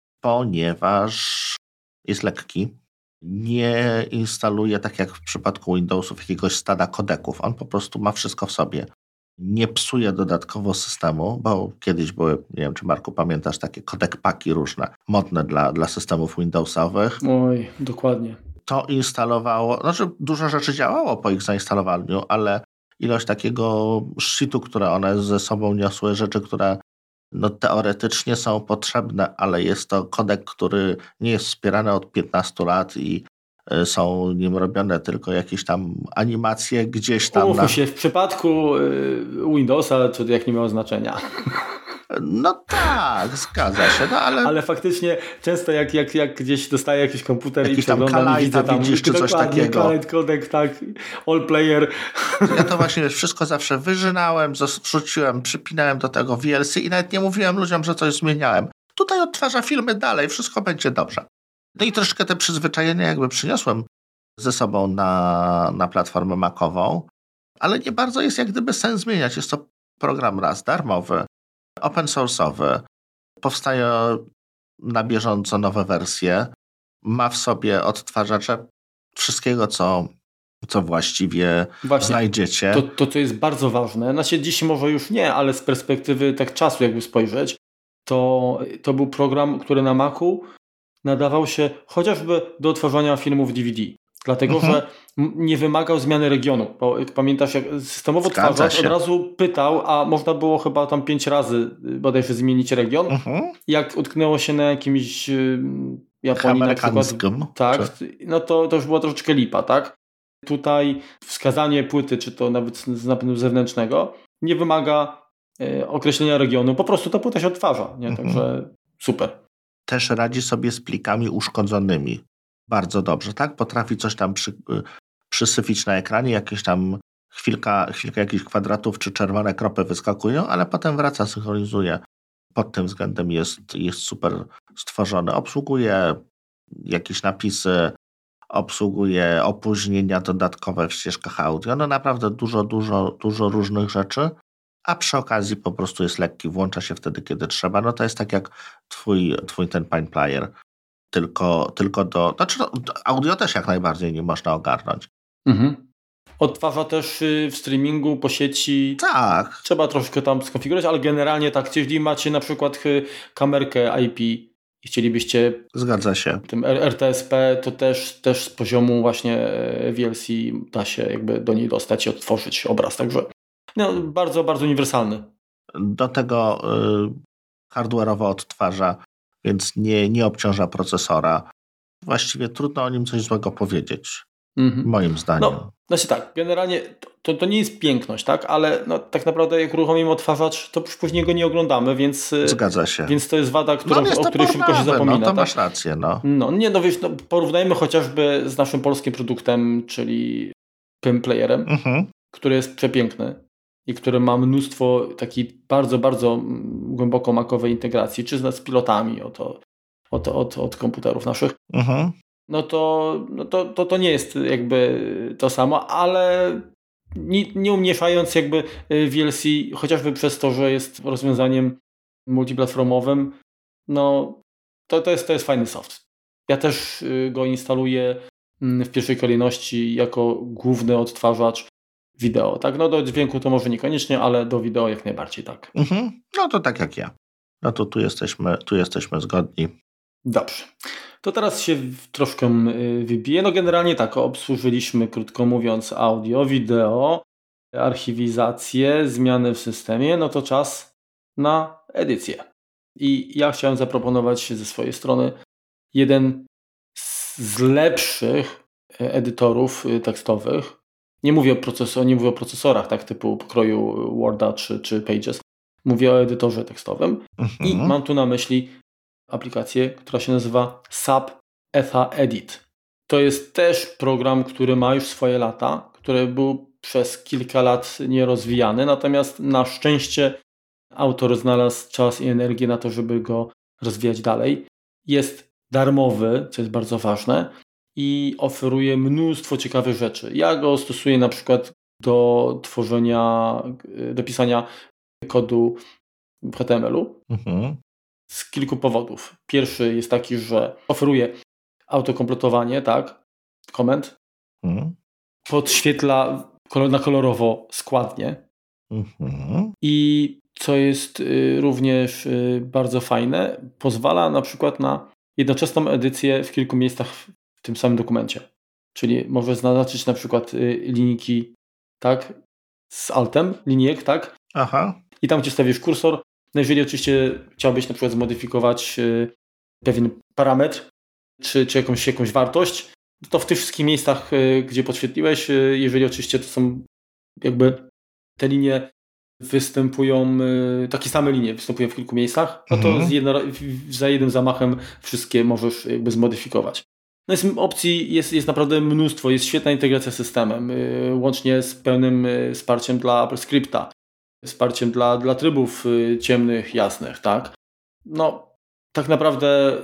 B: ponieważ jest lekki. Nie instaluje, tak jak w przypadku Windowsów, jakiegoś stada kodeków. On po prostu ma wszystko w sobie. Nie psuje dodatkowo systemu, bo kiedyś były, nie wiem czy Marku pamiętasz, takie kodek paki różne, modne dla, dla systemów Windowsowych.
A: Oj, dokładnie.
B: To instalowało, znaczy dużo rzeczy działało po ich zainstalowaniu, ale ilość takiego shitu, które one ze sobą niosły, rzeczy, które no, teoretycznie są potrzebne, ale jest to kodek, który nie jest wspierany od piętnastu lat i y, są nim robione tylko jakieś tam animacje gdzieś tam.
A: Umówmy na... się, w przypadku y, Windowsa to jak nie miało znaczenia.
B: No tak, zgadza się, no ale...
A: Ale faktycznie często jak, jak, jak gdzieś dostaję jakiś komputer
B: jakiś
A: i przeglądam i widzę tam
B: widzisz, czy coś takiego.
A: Kalajt, kodek, tak, all player.
B: Ja to właśnie wszystko zawsze wyżynałem, wrzuciłem, przypinałem do tego V L C i nawet nie mówiłem ludziom, że coś zmieniałem. Tutaj odtwarza filmy dalej, wszystko będzie dobrze. No i troszkę te przyzwyczajenia jakby przyniosłem ze sobą na, na platformę Macową, ale nie bardzo jest jak gdyby sens zmieniać. Jest to program raz darmowy, open source'owy, powstają na bieżąco nowe wersje, ma w sobie odtwarzacze wszystkiego, co, co właściwie Właśnie, znajdziecie.
A: To, to, co jest bardzo ważne, znaczy dziś może już nie, ale z perspektywy tak czasu jakby spojrzeć, to, to był program, który na Macu nadawał się chociażby do odtwarzania filmów D V D. Dlatego,
B: mhm.
A: że nie wymagał zmiany regionu. Bo jak pamiętasz, jak systemowo odtwarzacz od razu pytał, a można było chyba tam pięć razy bodajże zmienić region.
B: Mhm.
A: Jak utknęło się na jakimś Japonii na przykład, tak, czy... no to, to już była troszeczkę lipa, tak? Tutaj wskazanie płyty, czy to nawet z napędu zewnętrznego, nie wymaga e, określenia regionu, po prostu ta płyta się odtwarza, nie?
B: Mhm.
A: Także super.
B: Też radzi sobie z plikami uszkodzonymi bardzo dobrze, tak? Potrafi coś tam przy, przysypić na ekranie, jakieś tam chwilka, chwilka jakichś kwadratów czy czerwone kropy wyskakują, ale potem wraca, synchronizuje. Pod tym względem jest, jest super stworzony. Obsługuje jakieś napisy, obsługuje opóźnienia dodatkowe w ścieżkach audio. No naprawdę dużo, dużo, dużo różnych rzeczy, a przy okazji po prostu jest lekki, włącza się wtedy, kiedy trzeba. No to jest tak jak twój, twój ten Pine Player, tylko, tylko do... Znaczy no, audio też jak najbardziej nie można ogarnąć.
A: Mhm. Odtwarza też w streamingu po sieci.
B: Tak.
A: Trzeba troszkę tam skonfigurować, ale generalnie tak, jeżeli macie na przykład kamerkę I P i chcielibyście
B: Zgadza się.
A: Tym R T S P, to też, też z poziomu właśnie V L C da się jakby do niej dostać i odtworzyć obraz, także no, bardzo, bardzo uniwersalny.
B: Do tego y, hardware'owo odtwarza, więc nie, nie obciąża procesora. Właściwie trudno o nim coś złego powiedzieć. Mhm. Moim zdaniem.
A: No, znaczy tak, generalnie to, to nie jest piękność, tak? Ale no, tak naprawdę jak uruchomimy odtwarzacz, to później go nie oglądamy, więc...
B: Zgadza się.
A: Więc to jest wada, którą,
B: no,
A: o której szybko się zapomina.
B: No to
A: tak?
B: masz rację, no.
A: No nie, no wiesz, no, porównajmy chociażby z naszym polskim produktem, czyli Pym Playerem, mhm. który jest przepiękny i który ma mnóstwo takiej bardzo, bardzo głęboko makowej integracji, czy z, z pilotami od, od, od, od komputerów naszych. Mhm. No, to, no to, to, to nie jest jakby to samo, ale nie, nie umniejszając jakby V L C, chociażby przez to, że jest rozwiązaniem multiplatformowym, no to, to, jest, to jest fajny soft. Ja też go instaluję w pierwszej kolejności jako główny odtwarzacz wideo. Tak? No do dźwięku to może niekoniecznie, ale do wideo jak najbardziej tak.
B: Mhm. No to tak jak ja. No to tu jesteśmy, tu jesteśmy zgodni.
A: Dobrze. To teraz się troszkę wybiję. No generalnie tak, obsłużyliśmy, krótko mówiąc, audio, wideo, archiwizację, zmiany w systemie. No to czas na edycję. I ja chciałem zaproponować ze swojej strony jeden z lepszych edytorów tekstowych. Nie mówię o procesorach, nie mówię o procesorach tak typu pokroju Worda czy, czy Pages. Mówię o edytorze tekstowym. Mhm. I mam tu na myśli aplikację, która się nazywa S A P E T H Edit. To jest też program, który ma już swoje lata, który był przez kilka lat nierozwijany, natomiast na szczęście autor znalazł czas i energię na to, żeby go rozwijać dalej. Jest darmowy, co jest bardzo ważne i oferuje mnóstwo ciekawych rzeczy. Ja go stosuję na przykład do tworzenia, do pisania kodu w H T M L-u. Mhm. Z kilku powodów. Pierwszy jest taki, że oferuje autokompletowanie, tak, komend, mhm. podświetla na kolorowo składnie mhm. i co jest y, również y, bardzo fajne, pozwala na przykład na jednoczesną edycję w kilku miejscach w, w tym samym dokumencie. Czyli możesz zaznaczyć na przykład y, linijki, tak, z altem, linijek, tak,
B: aha.
A: I tam, gdzie stawisz kursor, no jeżeli oczywiście chciałbyś na przykład zmodyfikować y, pewien parametr, czy, czy jakąś, jakąś wartość, to w tych wszystkich miejscach, y, gdzie podświetliłeś, y, jeżeli oczywiście to są jakby te linie występują, y, takie same linie występują w kilku miejscach, no to mhm. z jedno, za jednym zamachem wszystkie możesz jakby zmodyfikować. No jest opcji, jest, jest naprawdę mnóstwo, jest świetna integracja z systemem, y, łącznie z pełnym y, wsparciem dla AppleScripta, wsparciem dla, dla trybów y, ciemnych, jasnych, tak? No, tak naprawdę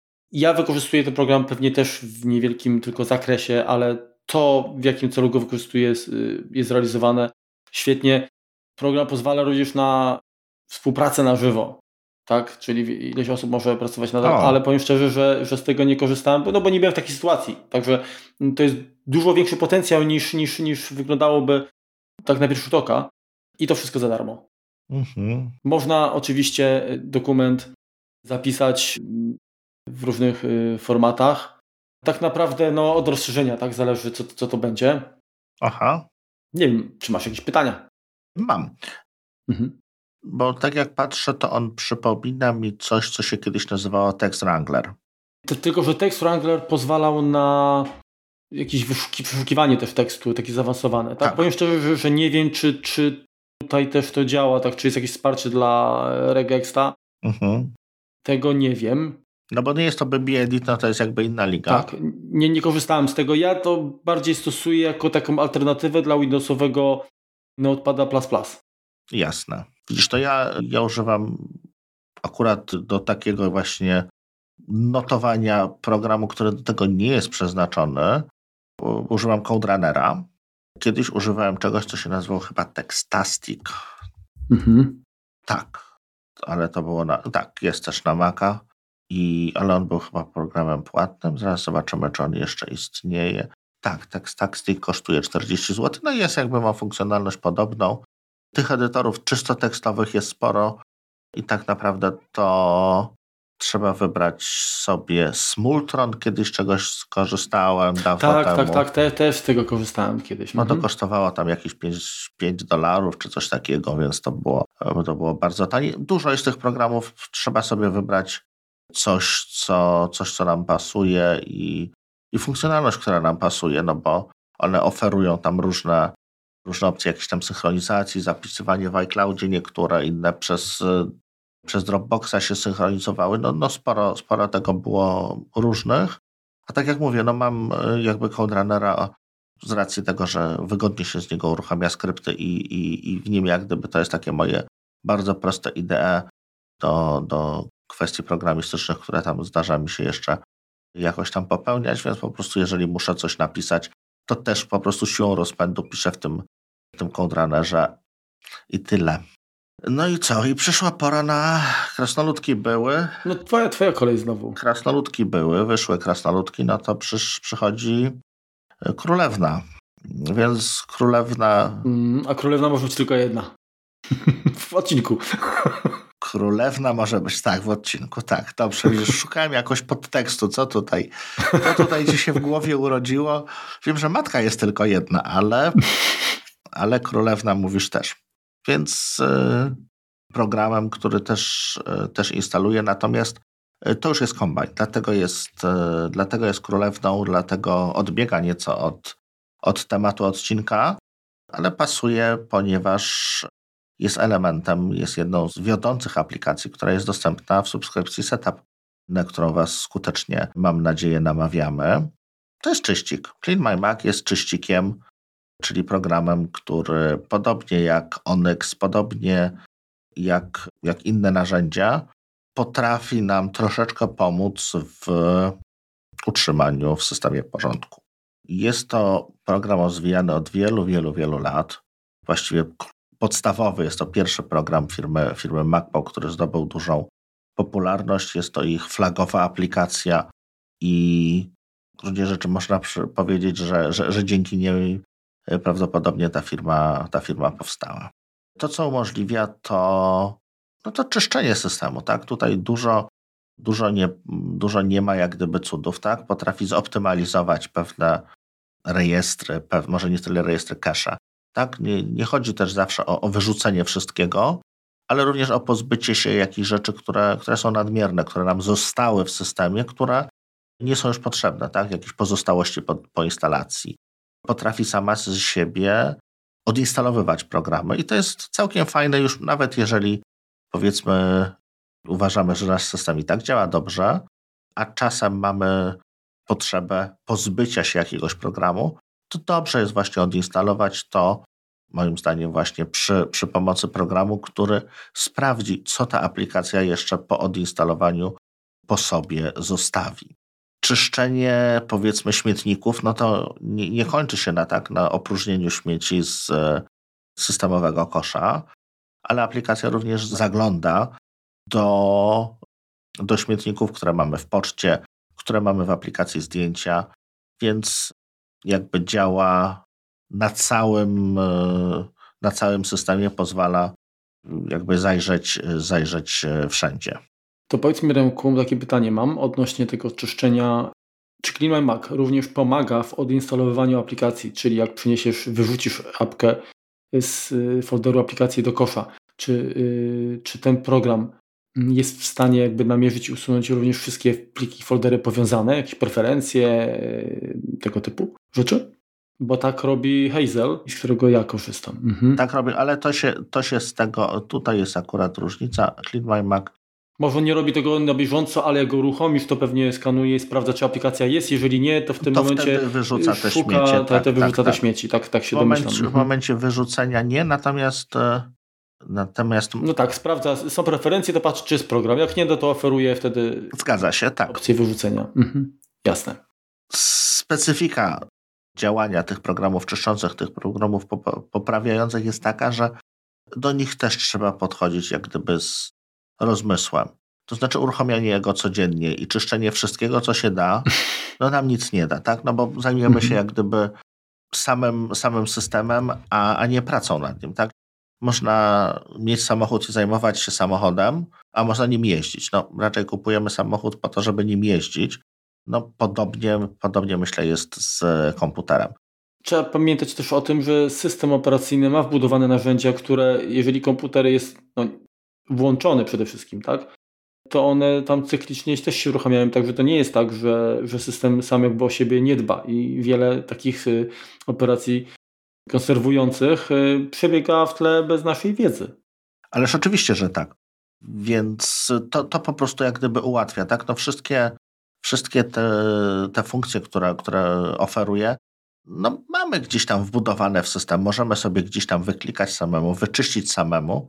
A: ja wykorzystuję ten program pewnie też w niewielkim tylko zakresie, ale to, w jakim celu go wykorzystuję, jest, y, jest realizowane świetnie. Program pozwala również na współpracę na żywo, tak? Czyli ileś osób może pracować nadal, ale powiem szczerze, że, że z tego nie korzystałem, no bo nie byłem w takiej sytuacji. Także to jest dużo większy potencjał niż, niż, niż wyglądałoby tak na pierwszy rzut oka. I to wszystko za darmo. Mhm. Można oczywiście dokument zapisać w różnych formatach. Tak naprawdę no, od rozszerzenia, tak? Zależy, co, co to będzie.
B: Aha.
A: Nie wiem, czy masz jakieś pytania?
B: Mam.
A: Mhm.
B: Bo tak jak patrzę, to on przypomina mi coś, co się kiedyś nazywało Text Wrangler.
A: To, tylko, że Text Wrangler pozwalał na jakieś wyszuki, przeszukiwanie też tekstu, takie zaawansowane. Tak?
B: Tak.
A: Powiem szczerze, że, że nie wiem, czy, czy tutaj też to działa, tak? Czy jest jakieś wsparcie dla regexta.
B: Mhm.
A: Tego nie wiem.
B: No bo nie jest to B B Edit, no to jest jakby inna liga.
A: Tak, nie, nie korzystałem z tego. Ja to bardziej stosuję jako taką alternatywę dla Windowsowego Notepada plus plus.
B: Jasne. Widzisz, to ja, ja używam akurat do takiego właśnie notowania programu, który do tego nie jest przeznaczony. Używam CodeRunnera. Kiedyś używałem czegoś, co się nazywało chyba Textastic.
A: Mhm.
B: Tak, ale to było na... Tak, jest też na Maca, i, ale on był chyba programem płatnym. Zaraz zobaczymy, czy on jeszcze istnieje. Tak, Textastic kosztuje czterdzieści złotych. No i jest jakby ma funkcjonalność podobną. Tych edytorów czysto tekstowych jest sporo i tak naprawdę to trzeba wybrać sobie Smultron. Kiedyś czegoś skorzystałem dawno
A: Tak,
B: temu.
A: tak, tak, te, też z tego korzystałem kiedyś.
B: No to
A: Mhm.
B: kosztowało tam jakieś pięć dolarów czy coś takiego, więc to było, to było bardzo tanie. Dużo jest tych programów, trzeba sobie wybrać coś, co, coś, co nam pasuje i, i funkcjonalność, która nam pasuje, no bo one oferują tam różne, różne opcje, jakieś tam synchronizacji, zapisywanie w iCloudzie, niektóre inne przez, przez Dropboxa się synchronizowały. No, no sporo, sporo tego było różnych. A tak jak mówię, no mam jakby CodeRunnera z racji tego, że wygodnie się z niego uruchamia skrypty i, i, i w nim jak gdyby to jest takie moje bardzo proste I D E do, do kwestii programistycznych, które tam zdarza mi się jeszcze jakoś tam popełniać, więc po prostu jeżeli muszę coś napisać, to też po prostu siłą rozpędu piszę w tym, w tym CodeRunnerze i tyle. No i co? I przyszła pora na krasnoludki były.
A: No twoja, twoja kolej znowu.
B: Krasnoludki były, wyszły krasnoludki, no to przysz, przychodzi królewna. Więc królewna...
A: Mm, a królewna może być tylko jedna. W odcinku.
B: Królewna może być, tak, w odcinku, tak. Dobrze, już szukałem jakoś podtekstu, co tutaj, co tutaj ci się w głowie urodziło. Wiem, że matka jest tylko jedna, ale, ale królewna mówisz też. Więc y, programem, który też, y, też instaluję, natomiast y, to już jest Combine, dlatego jest, y, dlatego jest królewną, dlatego odbiega nieco od, od tematu odcinka, ale pasuje, ponieważ jest elementem, jest jedną z wiodących aplikacji, która jest dostępna w subskrypcji Setup, na którą Was skutecznie, mam nadzieję, namawiamy. To jest czyścik. Clean My Mac jest czyścikiem, czyli programem, który podobnie jak Onyx, podobnie jak, jak inne narzędzia, potrafi nam troszeczkę pomóc w utrzymaniu w systemie porządku. Jest to program rozwijany od wielu, wielu, wielu lat. Właściwie podstawowy, jest to pierwszy program firmy, firmy MacPo, który zdobył dużą popularność. Jest to ich flagowa aplikacja i w gruncie rzeczy można przy, powiedzieć, że, że, że dzięki niej prawdopodobnie ta firma, ta firma powstała. To, co umożliwia, to, no to czyszczenie systemu. Tak? Tutaj dużo, dużo, nie, dużo nie ma jak gdyby cudów. Tak? Potrafi zoptymalizować pewne rejestry, pew, może nie tyle rejestry cache. Tak? Nie, nie chodzi też zawsze o, o wyrzucenie wszystkiego, ale również o pozbycie się jakichś rzeczy, które, które są nadmierne, które nam zostały w systemie, które nie są już potrzebne, tak? Jakieś pozostałości po, po instalacji. Potrafi sama z siebie odinstalowywać programy i to jest całkiem fajne już nawet jeżeli powiedzmy uważamy, że nasz system i tak działa dobrze, a czasem mamy potrzebę pozbycia się jakiegoś programu, to dobrze jest właśnie odinstalować to, moim zdaniem właśnie przy, przy pomocy programu, który sprawdzi, co ta aplikacja jeszcze po odinstalowaniu po sobie zostawi. Czyszczenie, powiedzmy, śmietników, no to nie, nie kończy się na tak, na opróżnieniu śmieci z systemowego kosza, ale aplikacja również zagląda do, do śmietników, które mamy w poczcie, które mamy w aplikacji zdjęcia, więc jakby działa na całym, na całym systemie, pozwala jakby zajrzeć, zajrzeć wszędzie.
A: To powiedz mi, Remku, takie pytanie mam odnośnie tego czyszczenia Czy CleanMyMac również pomaga w odinstalowywaniu aplikacji, czyli jak przyniesiesz, wyrzucisz apkę z folderu aplikacji do kosza, czy, yy, czy ten program jest w stanie jakby namierzyć i usunąć również wszystkie pliki, foldery powiązane, jakieś preferencje, yy, tego typu rzeczy? Bo tak robi Hazel, z którego ja korzystam. Mhm.
B: Tak robi, ale to się, to się z tego, tutaj jest akurat różnica. CleanMyMac.
A: Może on nie robi tego na bieżąco, ale jak go uruchomisz, to pewnie skanuje i sprawdza, czy aplikacja jest. Jeżeli nie, to w tym
B: to
A: momencie
B: wyrzuca te
A: szuka,
B: śmiecie.
A: Ta,
B: tak,
A: te wyrzuca
B: tak,
A: te
B: tak.
A: śmieci. Tak, tak się
B: w momencie,
A: domyślam.
B: W momencie wyrzucenia nie, natomiast natomiast...
A: No tak, sprawdza, są preferencje, to patrzy, czy jest program. Jak nie, to, to oferuje wtedy
B: Zgadza się, tak.
A: opcję wyrzucenia. Mhm. Jasne.
B: Specyfika działania tych programów czyszczących, tych programów poprawiających jest taka, że do nich też trzeba podchodzić jak gdyby z rozmysłem. To znaczy uruchamianie go codziennie i czyszczenie wszystkiego, co się da, no nam nic nie da, tak? No bo zajmujemy się jak gdyby samym, samym systemem, a, a nie pracą nad nim, tak? Można mieć samochód i zajmować się samochodem, a można nim jeździć. No raczej kupujemy samochód po to, żeby nim jeździć. No podobnie, podobnie myślę jest z komputerem.
A: Trzeba pamiętać też o tym, że system operacyjny ma wbudowane narzędzia, które jeżeli komputer jest no, włączony przede wszystkim, tak, to one tam cyklicznie też się uruchamiają, także to nie jest tak, że, że system sam jakby o siebie nie dba i wiele takich y, operacji konserwujących y, przebiega w tle bez naszej wiedzy.
B: Ależ oczywiście, że tak. Więc to, to po prostu jak gdyby ułatwia, tak? No wszystkie, wszystkie te, te funkcje, które, które oferuje, no mamy gdzieś tam wbudowane w system, możemy sobie gdzieś tam wyklikać samemu, wyczyścić samemu,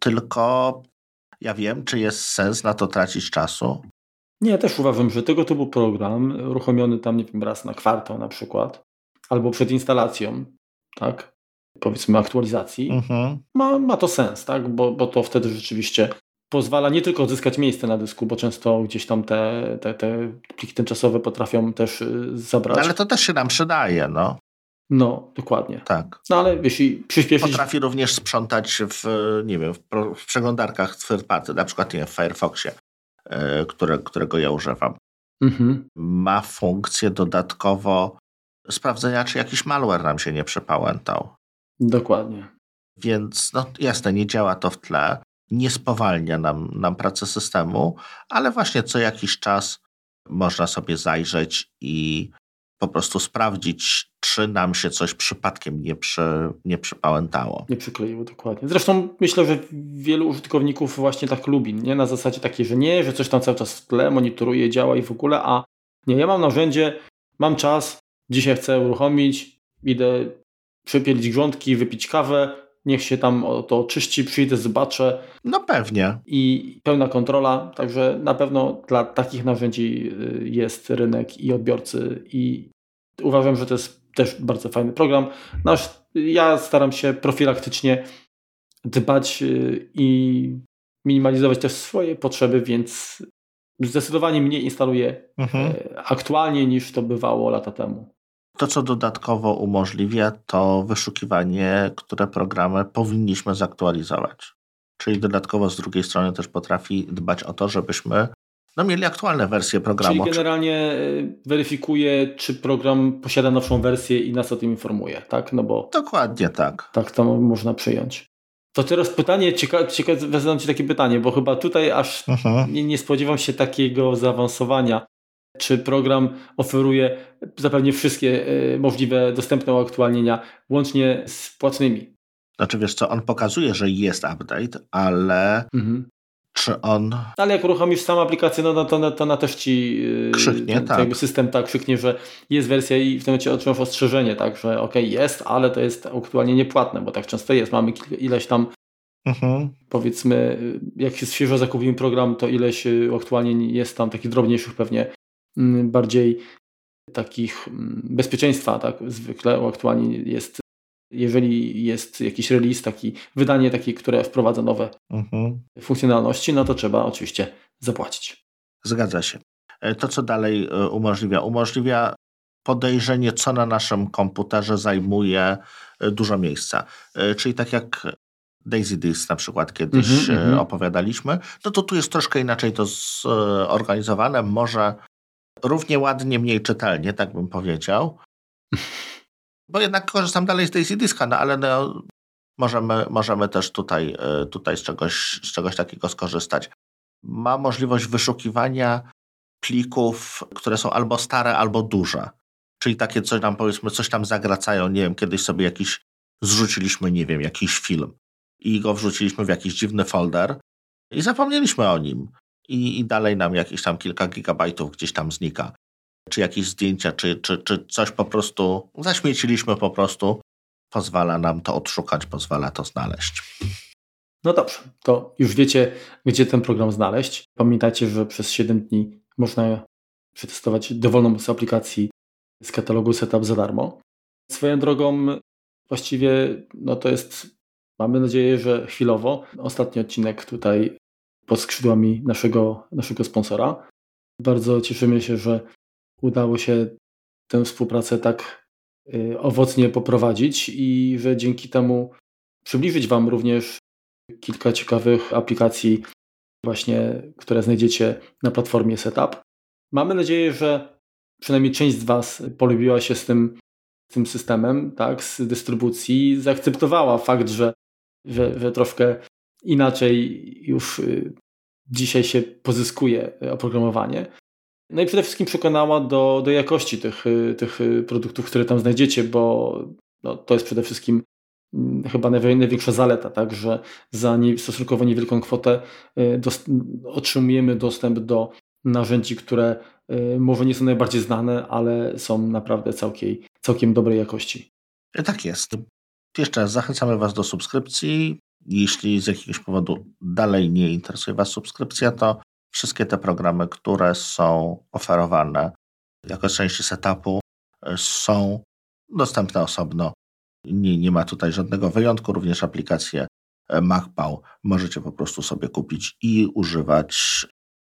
B: tylko ja wiem, czy jest sens na to tracić czasu.
A: Nie, ja też uważam, że tego typu program uruchomiony tam, nie wiem, raz na kwartał na przykład, albo przed instalacją, tak, powiedzmy aktualizacji,
B: Mhm.
A: ma, ma to sens, tak, bo, bo to wtedy rzeczywiście pozwala nie tylko odzyskać miejsce na dysku, bo często gdzieś tam te, te, te pliki tymczasowe potrafią też zabrać.
B: No, ale to też się nam przydaje, no.
A: No, dokładnie.
B: Tak.
A: No ale jeśli przyspieszyć...
B: Potrafi również sprzątać w, nie wiem, w, w przeglądarkach third party, na przykład nie, w Firefoxie, yy, które, którego ja używam.
A: Mhm.
B: Ma funkcję dodatkowo sprawdzenia, czy jakiś malware nam się nie przepałętał.
A: Dokładnie.
B: Więc no jasne, nie działa to w tle, nie spowalnia nam, nam pracy systemu, ale właśnie co jakiś czas można sobie zajrzeć i po prostu sprawdzić, czy nam się coś przypadkiem nie, przy, nie przypałętało.
A: Nie przykleiło, dokładnie. Zresztą myślę, że wielu użytkowników właśnie tak lubi, nie? Na zasadzie takiej, że nie, że coś tam cały czas w tle monitoruje, działa i w ogóle, a nie, ja mam narzędzie, mam czas, dzisiaj chcę uruchomić, idę przypielić grządki, wypić kawę, niech się tam to oczyści, przyjdę, zobaczę.
B: No pewnie.
A: I pełna kontrola, także na pewno dla takich narzędzi jest rynek i odbiorcy i uważam, że to jest też bardzo fajny program. Nasz, ja staram się profilaktycznie dbać i minimalizować też swoje potrzeby, więc zdecydowanie mniej instaluję mhm. aktualnie niż to bywało lata temu.
B: To, co dodatkowo umożliwia, to wyszukiwanie, które programy powinniśmy zaktualizować. Czyli dodatkowo z drugiej strony też potrafi dbać o to, żebyśmy no, mieli aktualne wersje programu.
A: Czyli generalnie weryfikuje, czy program posiada nowszą wersję i nas o tym informuje, tak? No bo
B: dokładnie tak.
A: Tak to można przyjąć. To teraz pytanie, ciekawe, ciekawe zadam Ci takie pytanie, bo chyba tutaj aż uh-huh. nie, nie spodziewam się takiego zaawansowania. Czy program oferuje zapewnie wszystkie y, możliwe dostępne uaktualnienia, łącznie z płatnymi?
B: Znaczy wiesz co, on pokazuje, że jest update, ale mhm. czy on...
A: Ale jak uruchomisz samą aplikację, no, no to, no, to na też Ci yy,
B: krzyknie,
A: ten,
B: tak.
A: Jakby system tak krzyknie, że jest wersja i w tym momencie otrzymasz ostrzeżenie, tak, że okej, okay, jest, ale to jest aktualnie niepłatne, bo tak często jest. Mamy ileś tam, mhm. powiedzmy, jak jest świeżo zakupimy program, to ileś aktualnie jest tam takich drobniejszych pewnie, bardziej takich bezpieczeństwa, tak, zwykle aktualnie jest, jeżeli jest jakiś release, taki wydanie takie, które wprowadza nowe mhm. funkcjonalności, no to trzeba oczywiście zapłacić.
B: Zgadza się. To, co dalej umożliwia? Umożliwia podejrzenie, co na naszym komputerze zajmuje dużo miejsca. Czyli tak jak DaisyDisk na przykład kiedyś mm-hmm, opowiadaliśmy, no to tu jest troszkę inaczej to zorganizowane. Może równie ładnie, mniej czytelnie, tak bym powiedział. Bo jednak korzystam dalej z DaisyDiska, no ale no, możemy, możemy też tutaj, tutaj z, czegoś, z czegoś takiego skorzystać. Ma możliwość wyszukiwania plików, które są albo stare, albo duże. Czyli takie, coś tam powiedzmy, coś tam zagracają, nie wiem, kiedyś sobie jakiś, zrzuciliśmy, nie wiem, jakiś film i go wrzuciliśmy w jakiś dziwny folder i zapomnieliśmy o nim. I, i dalej nam jakieś tam kilka gigabajtów gdzieś tam znika. Czy jakieś zdjęcia, czy, czy, czy coś po prostu zaśmieciliśmy po prostu. Pozwala nam to odszukać, pozwala to znaleźć.
A: No dobrze, to już wiecie, gdzie ten program znaleźć. Pamiętajcie, że przez siedem dni można przetestować dowolną wersję aplikacji z katalogu Setup za darmo. Swoją drogą właściwie no to jest, mamy nadzieję, że chwilowo, ostatni odcinek tutaj pod skrzydłami naszego, naszego sponsora. Bardzo cieszymy się, że udało się tę współpracę tak y, owocnie poprowadzić i że dzięki temu przybliżyć Wam również kilka ciekawych aplikacji właśnie, które znajdziecie na platformie Setup. Mamy nadzieję, że przynajmniej część z Was polubiła się z tym, z tym systemem, tak, z dystrybucji, zaakceptowała fakt, że, że, że troszkę inaczej już y, dzisiaj się pozyskuje oprogramowanie. No i przede wszystkim przekonała do, do jakości tych, tych produktów, które tam znajdziecie, bo no, to jest przede wszystkim chyba największa zaleta, tak, że za nie, stosunkowo niewielką kwotę dos, otrzymujemy dostęp do narzędzi, które może nie są najbardziej znane, ale są naprawdę całkiem, całkiem dobrej jakości.
B: Tak jest. Jeszcze raz zachęcamy Was do subskrypcji. Jeśli z jakiegoś powodu dalej nie interesuje Was subskrypcja, to wszystkie te programy, które są oferowane jako części setupu, są dostępne osobno. Nie, nie ma tutaj żadnego wyjątku. Również aplikację MacPow możecie po prostu sobie kupić i używać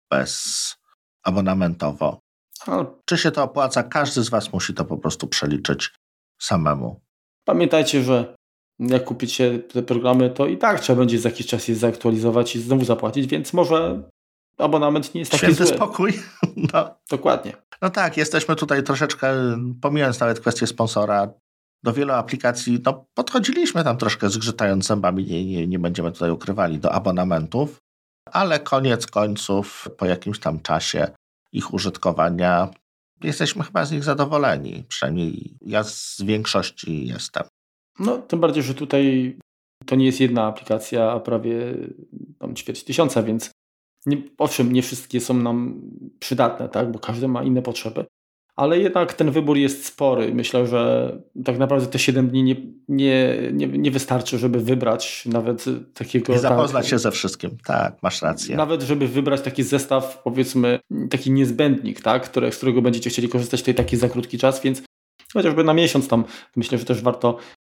B: bezabonamentowo. Czy się to opłaca? Każdy z Was musi to po prostu przeliczyć samemu.
A: Pamiętajcie, że jak kupicie te programy, to i tak trzeba będzie za jakiś czas je zaktualizować i znowu zapłacić, więc może abonament nie jest taki
B: Święty
A: zły.
B: spokój. No.
A: Dokładnie.
B: No tak, jesteśmy tutaj troszeczkę, pomijając nawet kwestię sponsora, do wielu aplikacji, no podchodziliśmy tam troszkę zgrzytając zębami, nie, nie, nie będziemy tutaj ukrywali, do abonamentów, ale koniec końców, po jakimś tam czasie ich użytkowania, jesteśmy chyba z nich zadowoleni. Przynajmniej ja z większości jestem.
A: No, tym bardziej, że tutaj to nie jest jedna aplikacja, a prawie tam ćwierć tysiąca, więc nie, owszem, nie wszystkie są nam przydatne, tak, bo każdy ma inne potrzeby, ale jednak ten wybór jest spory. Myślę, że tak naprawdę te siedem dni nie, nie, nie, nie wystarczy, żeby wybrać nawet takiego...
B: I zapoznać
A: tak,
B: się ze wszystkim. Tak, masz rację.
A: Nawet żeby wybrać taki zestaw, powiedzmy, taki niezbędnik, tak, które, z którego będziecie chcieli korzystać tutaj taki za krótki czas, więc chociażby na miesiąc tam myślę, że też warto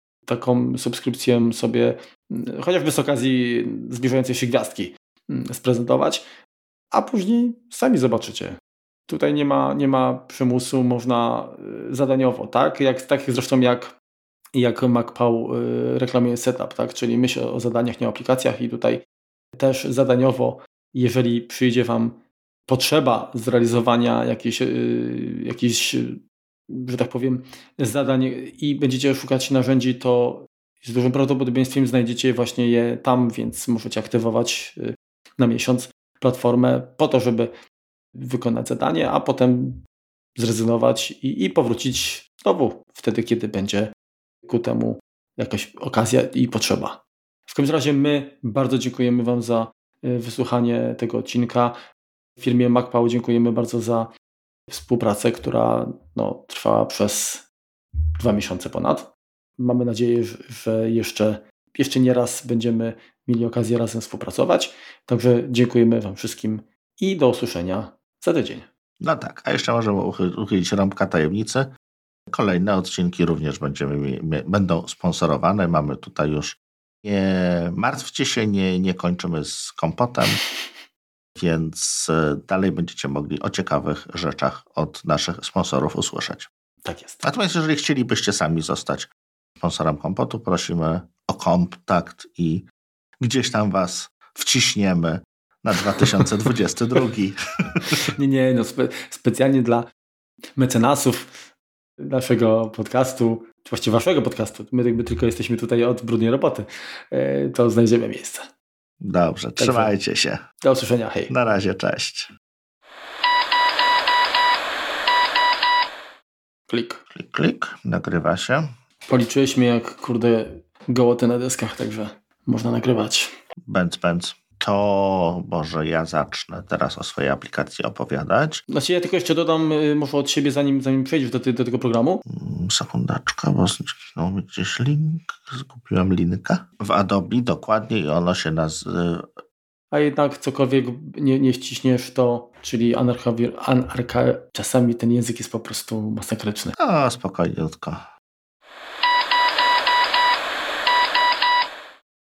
A: taką subskrypcję sobie, chociażby z okazji zbliżającej się gwiazdki, sprezentować, a później sami zobaczycie. Tutaj nie ma, nie ma przymusu, można zadaniowo, tak? Jak, tak zresztą jak, jak MacPow reklamuje Setup, tak? Czyli myśl o zadaniach, nie o aplikacjach i tutaj też zadaniowo, jeżeli przyjdzie Wam potrzeba zrealizowania jakiejś, jakiejś że tak powiem, zadań i będziecie szukać narzędzi, to z dużym prawdopodobieństwem znajdziecie właśnie je tam, więc możecie aktywować na miesiąc platformę po to, żeby wykonać zadanie, a potem zrezygnować i, i powrócić znowu wtedy, kiedy będzie ku temu jakaś okazja i potrzeba. W każdym razie my bardzo dziękujemy Wam za wysłuchanie tego odcinka. W firmie MacPow dziękujemy bardzo za współpracę, która no, trwała przez dwa miesiące ponad. Mamy nadzieję, że jeszcze, jeszcze nie raz będziemy mieli okazję razem współpracować. Także dziękujemy Wam wszystkim i do usłyszenia za tydzień.
B: No tak, a jeszcze możemy uchylić rąbka tajemnicy. Kolejne odcinki również będziemy, będą sponsorowane. Mamy tutaj już, nie martwcie się, nie, nie kończymy z kompotem, więc dalej będziecie mogli o ciekawych rzeczach od naszych sponsorów usłyszeć.
A: Tak jest.
B: Natomiast jeżeli chcielibyście sami zostać sponsorem kompotu, prosimy o kontakt i gdzieś tam Was wciśniemy na dwa tysiące dwudziesty drugi.
A: Nie, nie, no spe, specjalnie dla mecenasów naszego podcastu, czy właściwie waszego podcastu, my jakby tylko jesteśmy tutaj od brudnej roboty, to znajdziemy miejsce.
B: Dobrze, Także trzymajcie się.
A: Do usłyszenia, hej.
B: Na razie, cześć.
A: Klik.
B: Klik, klik, nagrywa się.
A: Policzyłeś mnie jak, kurde, gołoty na deskach, także można nagrywać.
B: Bęc, bęc. To może ja zacznę teraz o swojej aplikacji opowiadać.
A: Znaczy ja tylko jeszcze dodam, może od siebie, zanim, zanim przejdziesz do, ty, do tego programu.
B: Sekundaczka, bo zniknął mi gdzieś link. Zgubiłem linka. W Adobe dokładnie i ono się nazywa...
A: A jednak cokolwiek nie, nie wciśniesz to, czyli anarcha, anarcha, czasami ten język jest po prostu masakryczny.
B: O, spokojniutko.